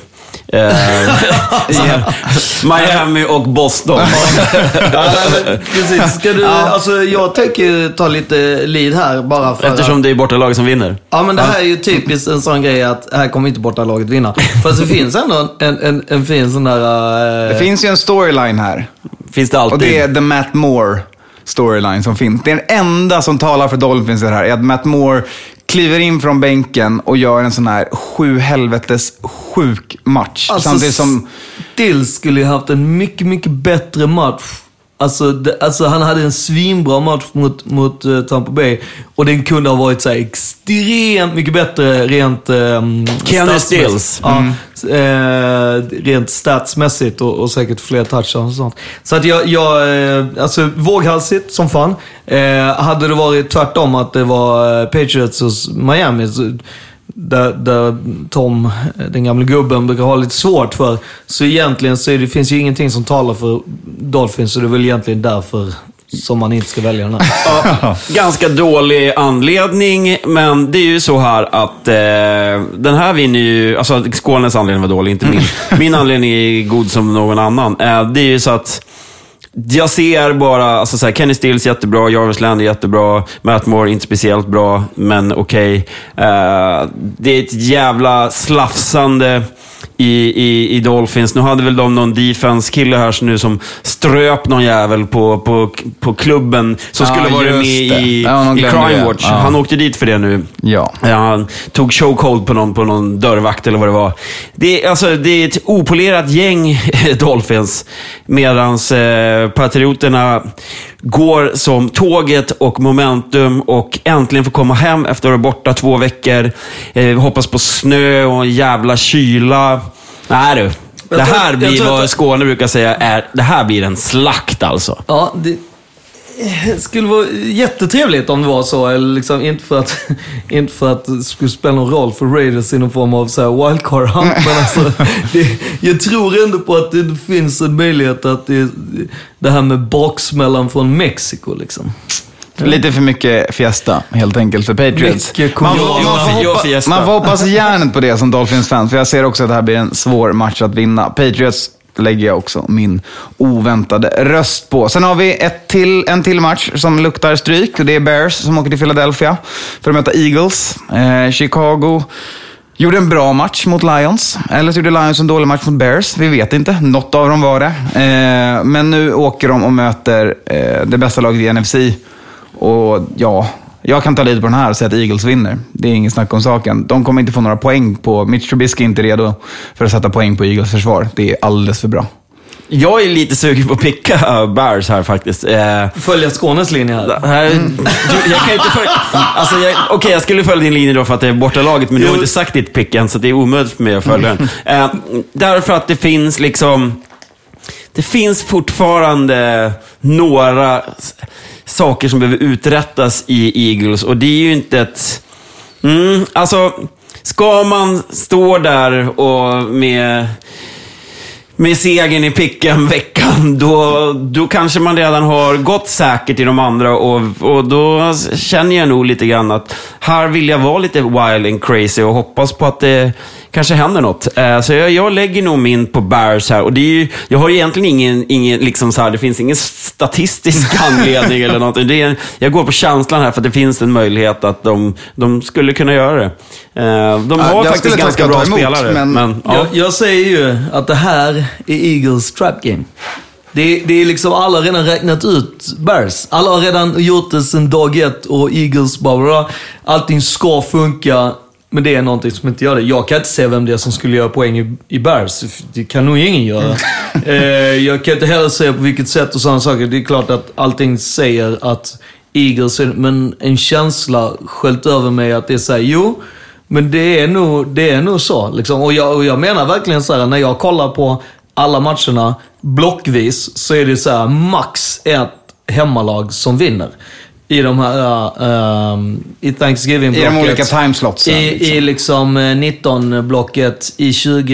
Miami och Boston. Precis. Ska du, alltså, jag tänker ta lite lead här bara för eftersom det är bortalaget som vinner. Ja, men det här är ju typiskt en sån grej att här kommer inte bortalaget vinna. Fast det finns ändå en fin sån där... Det finns ju en storyline här. Finns det alltid. Och det är The Matt Moore storyline som finns. Det är den enda som talar för Dolphins det här. Är att Matt Moore kliver in från bänken och gör en sån här 7 helvetes sjuk match. Alltså, samtidigt som Stills skulle ju haft en mycket, mycket bättre match. Alltså han hade en svinbra match mot Tampa Bay. Och den kunde ha varit så här extremt mycket bättre rent Kenny Stills. Rent statsmässigt och säkert fler touchdowns och sånt. Så att alltså våghalsigt som fan. Hade det varit tvärtom att det var Patriots hos Miami där Tom, den gamla gubben, brukar ha lite svårt för. Så egentligen så det finns ju ingenting som talar för Dolphins, så det är väl egentligen därför som man inte ska välja den här. Ganska dålig anledning, men det är ju så här att den här vinner ju, alltså Skånes anledning var dålig, inte min. Min anledning är god som någon annan. Det är ju så att jag ser bara, alltså så här, Kenny Stills jättebra, Jarvis Landry jättebra, Matt Moore inte speciellt bra, men okej. Det är ett jävla slafsande i Dolphins. Nu hade väl de någon defense-kille här nu som ströp någon jävel på klubben som skulle vara med i Crime Watch. Ja. Han åkte dit för det nu. Ja. Han tog chokehold på någon dörrvakt eller vad det var. Det är ett opolerat gäng Dolphins, medans Patrioterna går som tåget och momentum och äntligen får komma hem efter att vara borta 2 veckor. Hoppas på snö och en jävla kyla. Nej du, det här blir vad Skåne brukar säga det här blir en slakt alltså. Ja, det skulle vara jättetrevligt om det var så, eller liksom inte för att det skulle spela någon roll för Raiders i någon form av så här wildcard hunt, men alltså jag tror ändå på att det finns en möjlighet att det här med baksmällan från Mexiko liksom. Lite för mycket fiesta, helt enkelt, för Patriots. Man får hoppas järnet på det som Dolphins-fan, för jag ser också att det här blir en svår match att vinna. Patriots lägger jag också min oväntade röst på. Sen har vi en till match som luktar stryk, och det är Bears som åker till Philadelphia för att möta Eagles. Chicago gjorde en bra match mot Lions, eller så gjorde Lions en dålig match mot Bears. Vi vet inte, något av dem var det. Men nu åker de och möter det bästa laget i NFC. Och ja, jag kan ta lite på den här och säga att Eagles vinner. Det är ingen snack om saken. De kommer inte få några poäng på... Mitch Trubisky är inte redo för att sätta poäng på Eagles försvar. Det är alldeles för bra. Jag är lite sugen på att picka Bears här faktiskt. Följa Skånes linje här. Jag kan inte följa... Alltså, okej, jag skulle följa din linje då för att det är bortalaget, men du har inte sagt ditt pick än, så det är omöjligt för mig att följa den. Därför att det finns liksom... Det finns fortfarande några saker som behöver uträttas i Eagles, och det är ju inte ett... Alltså, ska man stå där och med segern i picken veckan, då kanske man redan har gått säkert i de andra, och då känner jag nog lite grann att här vill jag vara lite wild and crazy och hoppas på att det kanske händer något. Så jag lägger nog min på Bears här, och det är ju, jag har egentligen ingen liksom så här, det finns ingen statistisk anledning eller något. Jag går på känslan här för att det finns en möjlighet att de skulle kunna göra det. De har faktiskt ganska bra spelare. Men ja. Jag säger ju att det här är Eagles trap game. Det är liksom, alla har redan räknat ut Bears. Alla har redan gjort det sedan dag ett, och Eagles bara, allting ska funka. Men det är någonting som inte gör det. Jag kan inte se vem det är som skulle göra poäng i Bears. Det kan nog ingen göra. Jag kan inte heller säga på vilket sätt och sådana saker. Det är klart att allting säger att Eagles är, men en känsla sköljt över mig att det är så här, jo, men det är nog så liksom. Och jag menar verkligen så här, när jag kollar på alla matcherna blockvis, så är det så här max ett hemmalag som vinner i de här i Thanksgiving-blocket, i de olika timeslots i liksom 19-blocket, i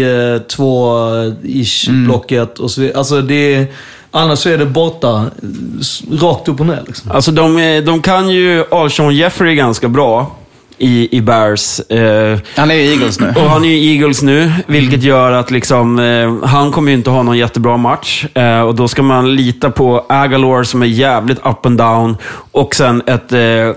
22-ish-blocket och så vidare. Alltså det, annars så är det borta rakt upp och ner liksom. Alltså de kan ju Alshon Jeffrey ganska bra i Bears. Han är ju Eagles nu. Och han är ju Eagles nu, vilket gör att liksom, han kommer ju inte ha någon jättebra match. Och då ska man lita på Aguilar som är jävligt up and down. Och sen ett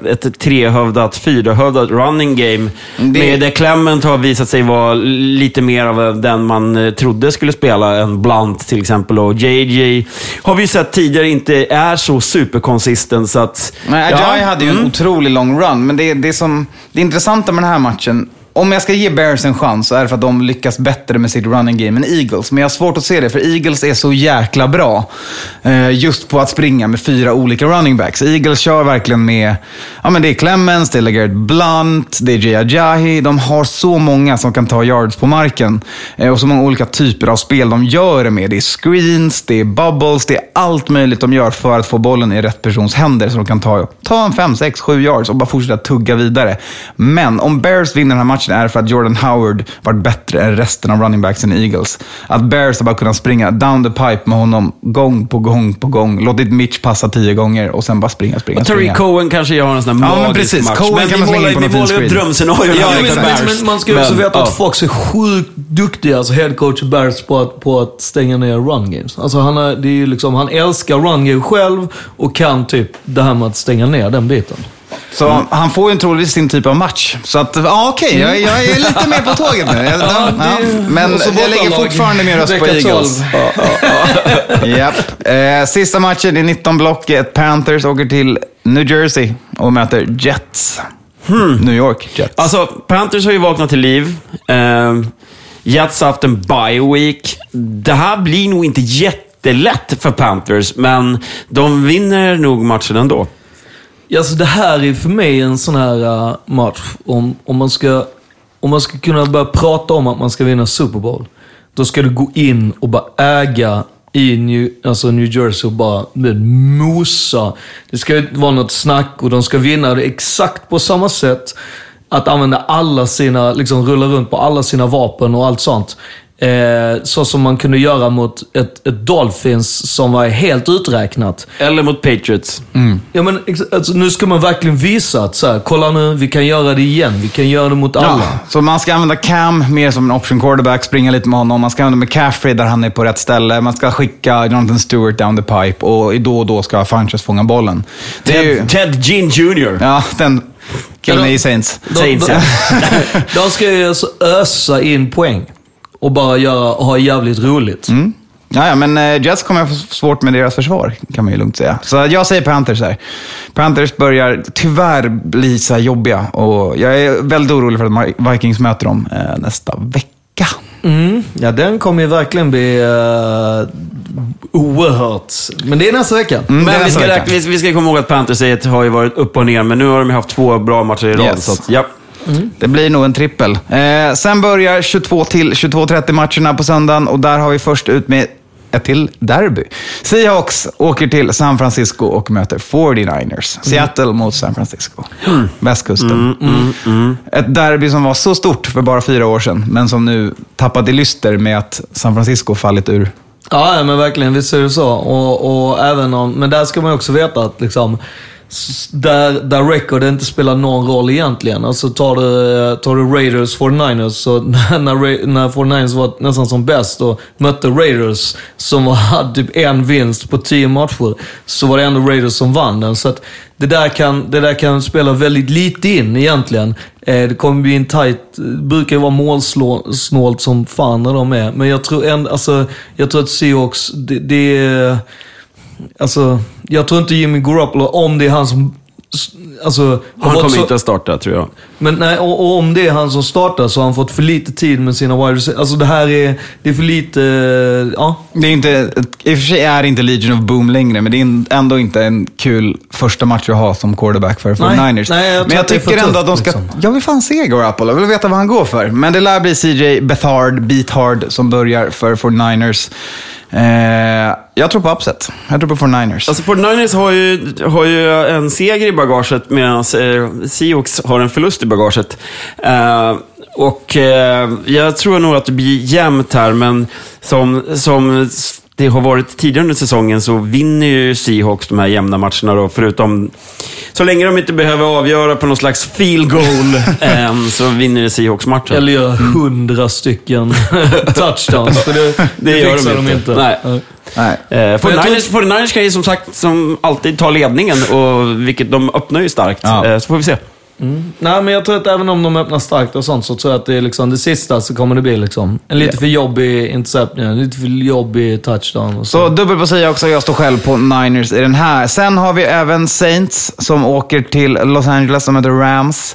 4-hövdat running game. Med Clement har visat sig vara lite mer av den man trodde skulle spela än Blunt till exempel. Och JJ har vi sett tidigare inte är så superkonsistent, så att... Nej, Ajay hade ju en otroligt lång run, men det intressanta med den här matchen, om jag ska ge Bears en chans, så är det för att de lyckas bättre med sitt running game än Eagles. Men jag har svårt att se det, för Eagles är så jäkla bra just på att springa med 4 olika running backs. Eagles kör verkligen med, ja men det är Clemens, det är LeGarrette Blunt, det är Jay Ajayi. De har så många som kan ta yards på marken, och så många olika typer av spel de gör det med. Det är screens, det är bubbles, det är allt möjligt de gör för att få bollen i rätt persons händer, så de kan ta en 5, 6, 7 yards och bara fortsätta tugga vidare. Men om Bears vinner den här matchen är för att Jordan Howard varit bättre än resten av running backsen i Eagles. Att Bears har bara kunnat springa down the pipe med honom gång på gång. Låtit Mitch passa 10 gånger och sen bara springa. Och Tariq Cohen kanske gör en sån här magisk match. Cohen men kan man slänga in på något fin screen. Drömscenario. Men man ska ju också veta att Fox är sjukt duktig, alltså headcoach Bears på att stänga ner run games. Alltså det är ju liksom, han älskar run game själv och kan typ det här med att stänga ner den biten. Så han får ju troligtvis sin typ av match. Så att, okej, jag är lite mer på tåget nu. Men jag lägger fortfarande mer röst på Eagles. Japp. Sista matchen i 19-blocket. Panthers åker till New Jersey och möter Jets. New York Jets. Alltså, Panthers har ju vaknat till liv. Jets har haft en bye week. Det här blir nog inte jättelätt för Panthers, men de vinner nog matchen ändå. Alltså det här är för mig en sån här match, om man ska kunna börja prata om att man ska vinna Super Bowl, då ska du gå in och bara äga i New Jersey och bara mosa. Det ska inte vara något snack, och de ska vinna det exakt på samma sätt, att använda alla sina, liksom rulla runt på alla sina vapen och allt sånt. Så som man kunde göra mot ett Dolphins som var helt uträknat. Eller mot Patriots. Ja, men alltså, nu ska man verkligen visa att så här, kolla nu, vi kan göra det igen. Vi kan göra det mot alla. Ja, så man ska använda Cam mer som en option quarterback, springa lite med honom. Man ska använda McCaffrey där han är på rätt ställe. Man ska skicka Jonathan Stewart down the pipe, och då och då ska Funches fånga bollen. Ted Ginn Jr. Ja, den killen är i Saints. De ska ju alltså ösa in poäng och bara ha jävligt roligt. Ja, men Jets kommer att få svårt med deras försvar, kan man ju lugnt säga. Så jag säger Panthers här. Panthers börjar tyvärr bli så här jobbiga, och jag är väldigt orolig för att Vikings möter dem nästa vecka. Ja, den kommer ju verkligen bli oerhört. Men det är nästa vecka. Men vi ska komma ihåg att Panthers har ju varit upp och ner, men nu har de haft 2 bra matcher i rad. Yes. Så att, ja. Det blir nog en trippel. Sen börjar 22-22:30 matcherna på söndagen och där har vi först ut med ett till derby. Seahawks åker till San Francisco och möter 49ers. Seattle mot San Francisco. Västkusten. Ett derby som var så stort för bara 4 år sedan, men som nu tappade lyster med att San Francisco fallit ur. Ja, men verkligen, visst är det så. Och även om, men där ska man också veta att liksom, där record inte spelar någon roll egentligen. Alltså tar du Raiders 49ers, så när 49ers var nästan som bäst och mötte Raiders som hade typ 1 vinst på 10 matcher, så var det ändå Raiders som vann den. Så att det där kan spela väldigt lite in egentligen. Det kommer bli en tight, brukar ju vara målsnålt som fan när de är. Men jag tror att Seahawks, jag tror inte Jimmy Garoppolo, om det är han som... han kommer inte att starta, tror jag. Men nej, och om det är han som startar så har han fått för lite tid med sina wide receivers. Alltså det här är för lite... Ja. Det är inte, i och för sig är det inte Legion of Boom längre, men det är ändå inte en kul första match att ha som quarterback för 49ers. Nej, men jag tycker ändå att de ska... Liksom. Jag vill fan se Garoppolo, jag vill veta vad han går för. Men det lär bli CJ Beathard som börjar för 49ers. Jag tror på upset. Jag tror på 49ers. Alltså 49ers har ju en seger i bagaget, medan Seahawks har en förlust i bagaget. Jag tror nog att det blir jämnt här, men som det har varit tidigare under säsongen så vinner ju Seahawks de här jämna matcherna då, förutom så länge de inte behöver avgöra på någon slags field goal så vinner Seahawks matchen. Eller gör 100 stycken touchdowns, för det gör de inte. Nej. 49ers kan ju som sagt som alltid ta ledningen, och vilket de öppnar ju starkt. Så får vi se. Nej, men jag tror att även om de öppnar starkt och sånt, så tror jag att det är liksom det sista, så kommer det bli liksom en lite för jobbig interception, lite för jobbig touchdown och så dubbel på sig också. Jag står själv på Niners i den här. Sen har vi även Saints som åker till Los Angeles som heter Rams.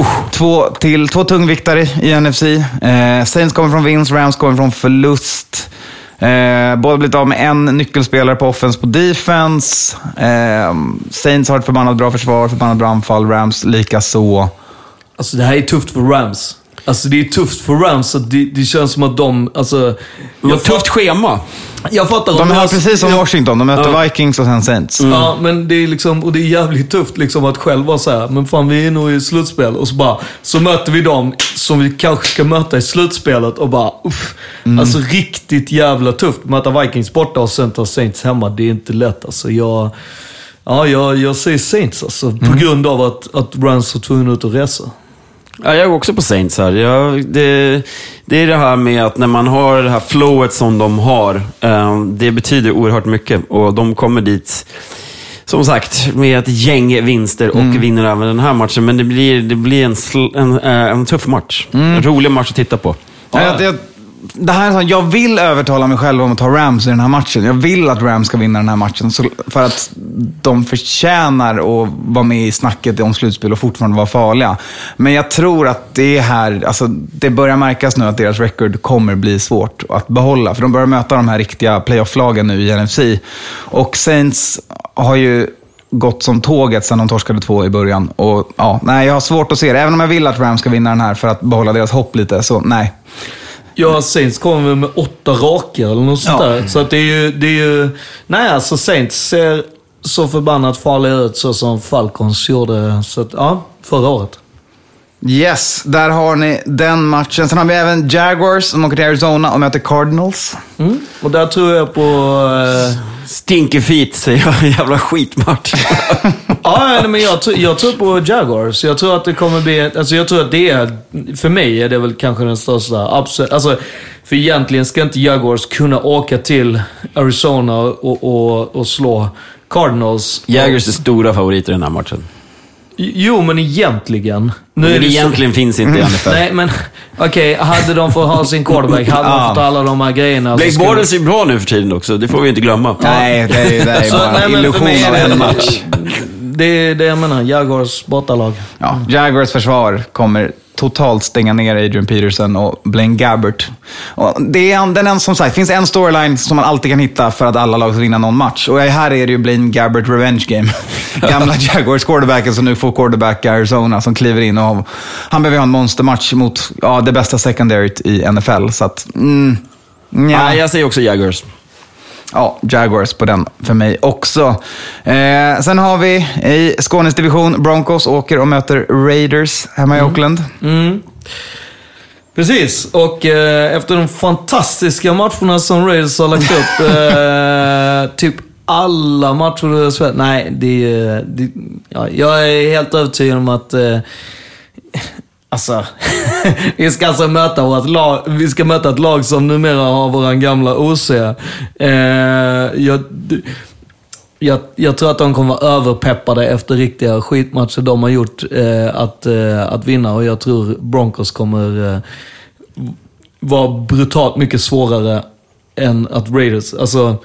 Två tungviktare i NFC. Saints kommer från vinst, Rams kommer från förlust. Båda blivit av med en nyckelspelare på offense på defense. Saints har ett förbannat bra försvar, förbannat bra anfall. Rams lika så. Alltså det här är tufft för Rams. Alltså det är tufft för Rams, så det känns som att de... Alltså, tufft schema. Jag fattar. De har precis som Washington, de möter Vikings och sen Saints. Ja, men det är liksom, och det är jävligt tufft liksom att själv vara så här, men fan vi är nog i slutspel, och så möter vi dem som vi kanske ska möta i slutspelet och bara alltså riktigt jävla tufft. Möta Vikings borta och sen ta Saints hemma, det är inte lätt alltså. Jag säger Saints alltså, på grund av att Rams har tvungen ut att resa. Ja, jag går också på Saints här. Det är det här med att när man har det här flowet som de har, det betyder oerhört mycket. Och de kommer dit, som sagt, med ett gäng vinster och vinner även den här matchen. Men det blir en tuff match. En rolig match att titta på. Det här är så, jag vill övertala mig själv om att ta Rams i den här matchen. Jag vill att Rams ska vinna den här matchen, för att de förtjänar att vara med i snacket om slutspel och fortfarande vara farliga. Men jag tror att det här, alltså, det börjar märkas nu att deras record kommer bli svårt att behålla. För de börjar möta de här riktiga playoff-lagen nu i NFC. Och Saints har ju gått som tåget sedan de torskade 2 i början. Och jag har svårt att se det. Även om jag vill att Rams ska vinna den här för att behålla deras hopp lite, så nej. Ja, Saints kommer med 8 raka eller något sånt där. Så att det är ju... Nej, alltså Saints ser så förbannat farliga ut, så som Falcons gjorde. Så att, förra året. Yes, där har ni den matchen. Sen har vi även Jaguars som åker till Arizona och möter Cardinals. Och där tror jag på... Stinky feet, säger jag. Jävla skitmatch. Men jag tror på Jaguars. Jag tror att det kommer bli... Alltså jag tror att det är... För mig är det väl kanske den största... Alltså, för egentligen ska inte Jaguars kunna åka till Arizona och slå Cardinals. Jaguars är stora favoriter i den här matchen. Jo, men egentligen. Men egentligen finns inte i NFL. Nej, men okej, hade de fått ha sin quarterback, hade de fått alla de här grejerna. Blake Bortles är bra nu för tiden också, det får vi inte glömma. Nej, det är bara en illusion av en match. Det är det jag menar, Jaguars bortalag. Ja, Jaguars försvar kommer totalt stänga ner Adrian Peterson och Blaine Gabbert. Och som sagt, finns en storyline som man alltid kan hitta för att alla lag ska vinna någon match. Och här är det ju Blaine Gabbert revenge game. Gamla Jaguars quarterbacken som nu får quarterback i Arizona som kliver in och han behöver ha en monstermatch mot det bästa secondaryt i NFL. Så att, jag säger också Jaguars. Ja, Jaguars på den för mig också. Sen har vi i Skånes division Broncos åker och möter Raiders hemma i Oakland. Precis, och efter de fantastiska matcherna som Raiders har lagt upp, typ alla matcher. Nej, jag är helt övertygad om att vi ska alltså möta ett lag som numera har våran gamla OC. Jag tror att de kommer vara överpeppade efter riktiga skitmatcher de har gjort att vinna, och jag tror Broncos kommer vara brutalt mycket svårare än att Raiders. Alltså,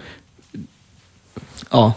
ja.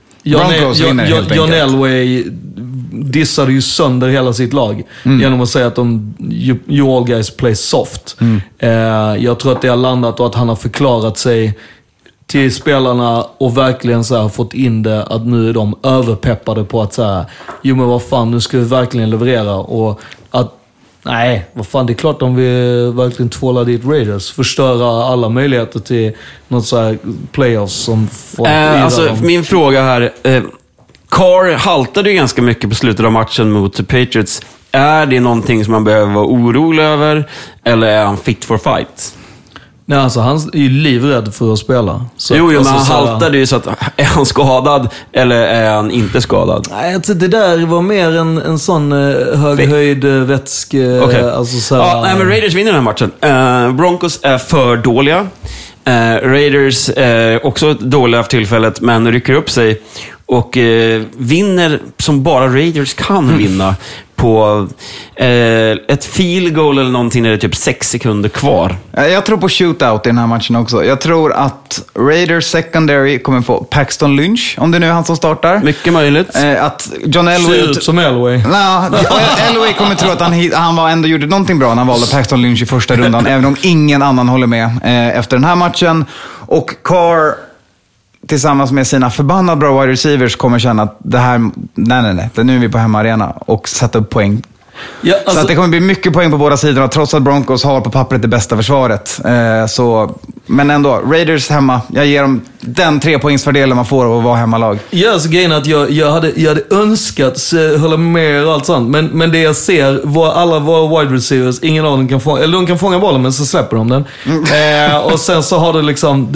John Elway dissade ju sönder hela sitt lag genom att säga att you all guys play soft. Jag tror att det har landat och att han har förklarat sig till spelarna och verkligen så här fått in det att nu är de överpeppade på att så här, jo men vad fan, nu ska vi verkligen leverera, och att nej, vad fan, det är klart de vill verkligen tvåla dit Raiders, förstöra alla möjligheter till något så här playoffs som folk min fråga här, Carr haltade ju ganska mycket på slutet av matchen mot Patriots. Är det någonting som man behöver vara orolig över, eller är han fit for fight? Nej, alltså han är ju livrädd för att spela. Så men han haltade ju, så att är han skadad eller är han inte skadad? Nej, det där var mer en sån höghöjd vätske. Okay. Alltså, men Raiders vinner den här matchen. Broncos är för dåliga. Raiders är också dåliga för tillfället, men rycker upp sig och vinner som bara Raiders kan vinna på ett field goal eller någonting när det är typ 6 sekunder kvar. Jag tror på shootout i den här matchen också. Jag tror att Raiders secondary kommer få Paxton Lynch, om det nu är han som startar. Mycket möjligt. Att John Elway... Ser ut som Elway. Elway kommer tro att han ändå gjorde någonting bra när han valde Paxton Lynch i första rundan, även om ingen annan håller med efter den här matchen. Och Carr tillsammans med sina förbannat bra wide receivers kommer känna att det här, nej, nu är vi på hemmaarena och sätta upp poäng. Ja, alltså, så att det kommer bli mycket poäng på båda sidorna, trots att Broncos har på pappret det bästa försvaret. Men ändå, Raiders hemma, jag ger dem den 3-poängsfördelen man får av att vara hemmalag. Ja, alltså grejen är att jag hade önskat hålla med och allt sånt, men det jag ser, alla våra wide receivers, ingen av dem kan fånga, eller de kan fånga bollen men så släpper de den. Och sen så har det liksom,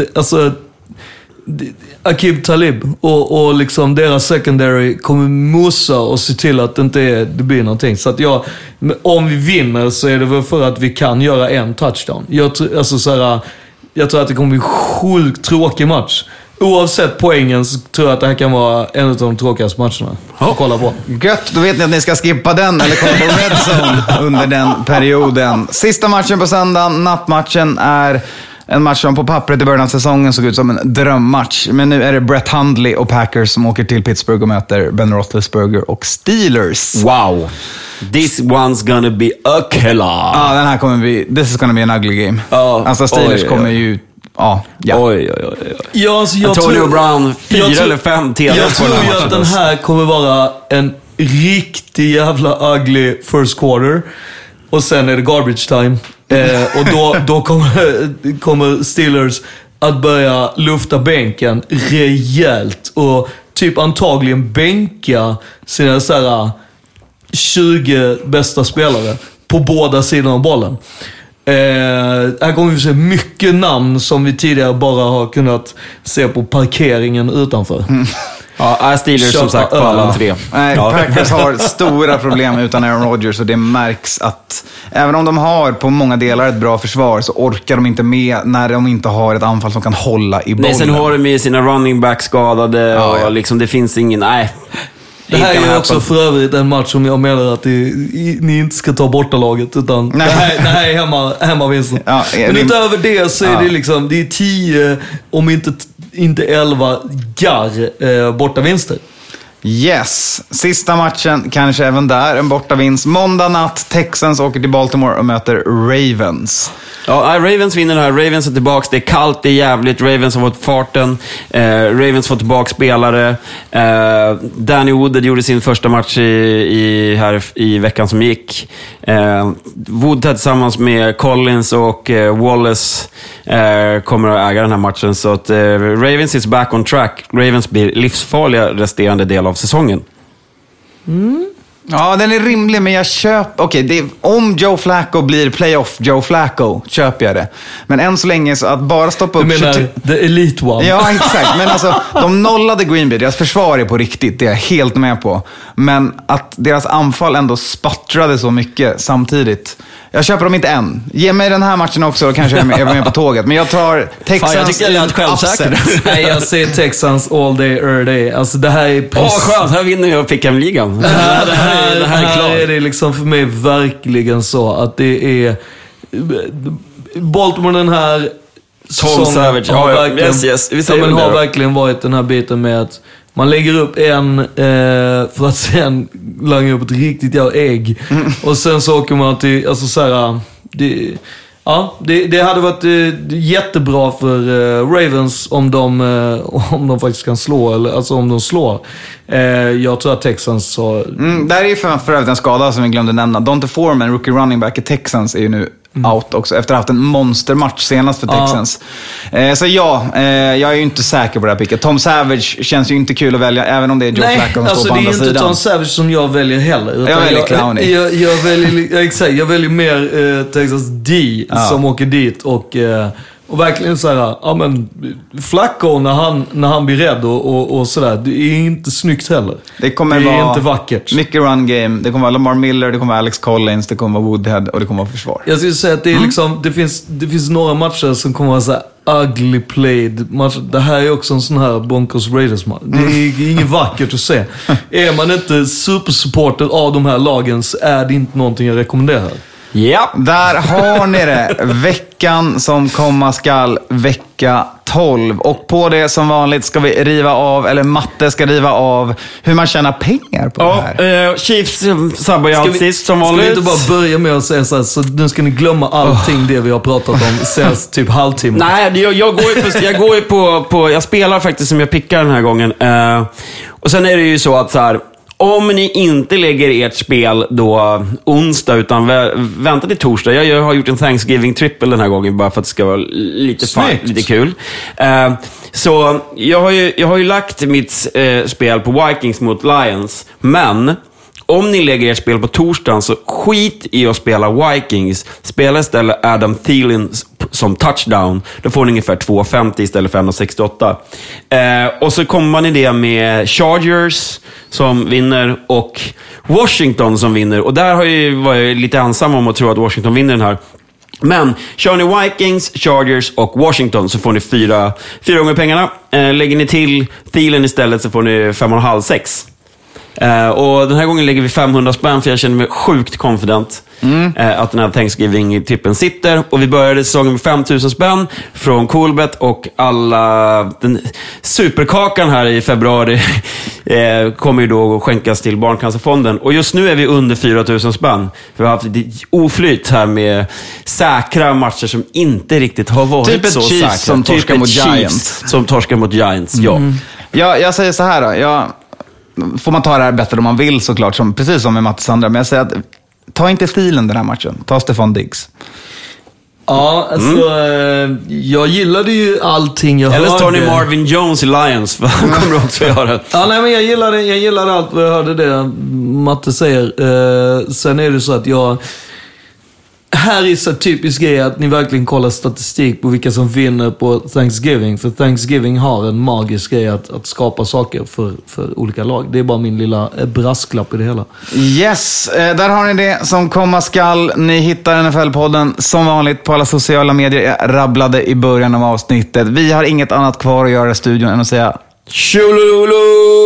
Aqib Talib och liksom deras secondary kommer mosa och se till att det blir någonting. Så att om vi vinner så är det väl för att vi kan göra en touchdown. Jag tror att det kommer bli sjukt tråkig match. Oavsett poängen så tror jag att det här kan vara en av de tråkigaste matcherna att kolla på. Gött, då vet ni att ni ska skippa den eller kolla på Red Zone under den perioden. Sista matchen på söndagen, nattmatchen, är en match som på pappret i början av säsongen såg ut som en drömmatch. Men nu är det Brett Hundley och Packers som åker till Pittsburgh och möter Ben Roethlisberger och Steelers. Wow. This one's gonna be a killer. Ja, den här kommer bli... This is gonna be an ugly game. Alltså Steelers kommer ju... Ja. Oj. Ja, alltså Antonio Brown, 4 eller 5 till. Jag tror ju att den här kommer vara en riktig jävla ugly first quarter. Och sen är det garbage time. Och då kommer Steelers att börja lufta bänken rejält. Och typ antagligen bänka sina såhär 20 bästa spelare på båda sidorna av bollen. Här kommer vi se mycket namn som vi tidigare bara har kunnat se på parkeringen utanför. Ja, Steelers som sagt på alla tre. Packers har stora problem utan Aaron Rodgers, och det märks att även om de har på många delar ett bra försvar så orkar de inte med när de inte har ett anfall som kan hålla i bollen. Nej, sen har de med sina running back skadade och liksom det finns ingen... Det här är också för övrigt en match som jag menar att ni inte ska ta bortalaget, utan det här är hemmavinsten. Men utöver det så är det liksom, det är 10 om inte 11 bortavinster. Yes, sista matchen kanske även där, en bortavinst. Måndag natt, Texans åker till Baltimore och möter Ravens. Ja, Ravens vinner det här. Ravens är tillbaka. Det är kallt, det är jävligt. Ravens har fått farten. Ravens får tillbaka spelare. Danny Wood gjorde sin första match här i veckan som gick. Wood tillsammans med Collins och Wallace kommer att äga den här matchen. Så att Ravens is back on track. Ravens blir livsfarliga resterande del av säsongen. Ja, den är rimlig, men jag köper... om Joe Flacco blir playoff Joe Flacco, köper jag det. Men än så länge, så att bara stoppa upp... Du menar the elite one? Ja, exakt. Men alltså, de nollade Green Bay. Deras försvar är på riktigt, det är jag helt med på. Men att deras anfall ändå spattrade så mycket samtidigt. Jag köper dem inte än. Ge mig den här matchen också, och kanske jag är med på tåget. Men jag tar Texans... Fan, jag tycker jag är självsäker. Nej, jag säger Texans all day, every day. Alltså det här är precis... skönt. Här vinner jag Pick'em-ligan. Det här är klart. Är det liksom för mig verkligen så att det är... Baltimore den här... Tom Savage. Har verkligen varit den här biten med att man lägger upp en för att sen langa upp ett riktigt jävla ägg. Och sen så åker man till, alltså så här, det hade varit jättebra för Ravens om de faktiskt kan slå, eller alltså om de slår. Jag tror att Texans så... där är ju för övrigt en skada som vi glömde nämna. Dante Foreman, rookie running back i Texans, är ju nu out också, efter att ha haft en monstermatch senast för Texans. Så jag är ju inte säker på det här picket. Tom Savage känns ju inte kul att välja, även om det är Joe Flacco som står på andra sidan. Det är inte Tom Savage som jag väljer heller. Jag väljer Clowney. Jag väljer mer Texas D som åker dit och verkligen så här, ja men Flacco när han blir rädd och sådär, det är inte snyggt heller. Det kommer vara inte vackert. Mycket run game. Det kommer vara Lamar Miller, det kommer vara Alex Collins, det kommer vara Woodhead och det kommer vara försvar. Jag skulle säga att det är liksom, det finns några matcher som kommer vara så här ugly played matcher. Det här är också en sån här Broncos Raiders match. Det är inget vackert att se. Är man inte supersupporter av de här lagen så är det inte någonting jag rekommenderar. Ja, där har ni det. Veckan som komma skall, vecka 12. Och på det som vanligt ska vi riva av, eller Matte ska riva av, hur man tjänar pengar på det här. Chiefs sabbar jag sist som vanligt. Ska vi inte bara börja med att säga så här, så nu ska ni glömma allting det vi har pratat om sen typ halvtimme. Nej, jag går ju på jag spelar faktiskt som jag pickar den här gången. Och sen är det ju så att så här, om ni inte lägger ert spel då onsdag utan vänta till torsdag. Jag har gjort en Thanksgiving triple den här gången bara för att det ska vara lite kul. Så jag har ju lagt mitt spel på Vikings mot Lions. Men om ni lägger ert spel på torsdagen så skit i att spela Vikings. Spela istället Adam Thielen som touchdown. Då får ni ungefär 2,50 istället för 1,68. Och så kommer man i det med Chargers som vinner och Washington som vinner. Och där var jag lite ensam om att tro att Washington vinner den här. Men kör ni Vikings, Chargers och Washington så får ni 4 gånger pengarna. Lägger ni till Thielen istället så får ni 5,5-6. Och den här gången lägger vi 500 spänn för jag känner mig sjukt confident att den här Thanksgiving-tippen sitter. Och vi började säsongen med 5000 spänn från Coolbet och den superkakan här i februari kommer ju då att skänkas till Barncancerfonden. Och just nu är vi under 4000 spänn. För vi har haft ett oflyt här med säkra matcher som inte riktigt har varit typ så säkra. Som torskar mot Giants. Som torskar mot Giants, ja. Jag säger så här då, får man ta det här bättre om man vill såklart, precis som med Matte Sandra. Men jag säger att ta inte Thielen den här matchen. Ta Stefan Diggs. Ja, alltså jag gillade ju allting jag hörde. Eller tar ni Marvin Jones i Lions, vad han kommer också göra. Ja, nej, men jag gillade allt vad jag hörde det Matte säger. Sen är det så att här är så typisk grej att ni verkligen kollar statistik på vilka som vinner på Thanksgiving. För Thanksgiving har en magisk grej att skapa saker för olika lag. Det är bara min lilla brasklapp i det hela. Yes, där har ni det som komma skall. Ni hittar NFL-podden som vanligt på alla sociala medier. Jag rabblade i början av avsnittet. Vi har inget annat kvar att göra i studion än att säga Tjolololo!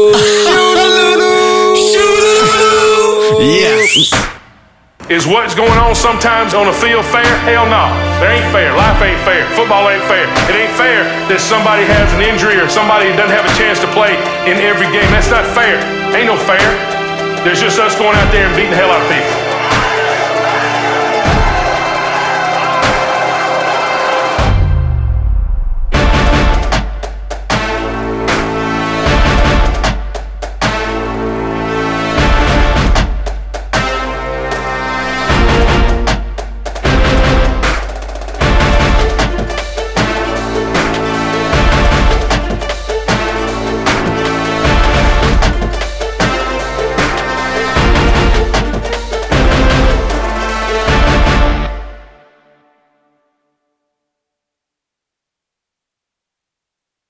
Yes! Is what's going on sometimes on a field fair? Hell no. There ain't fair. Life ain't fair. Football ain't fair. It ain't fair that somebody has an injury or somebody doesn't have a chance to play in every game. That's not fair. Ain't no fair. There's just us going out there and beating the hell out of people.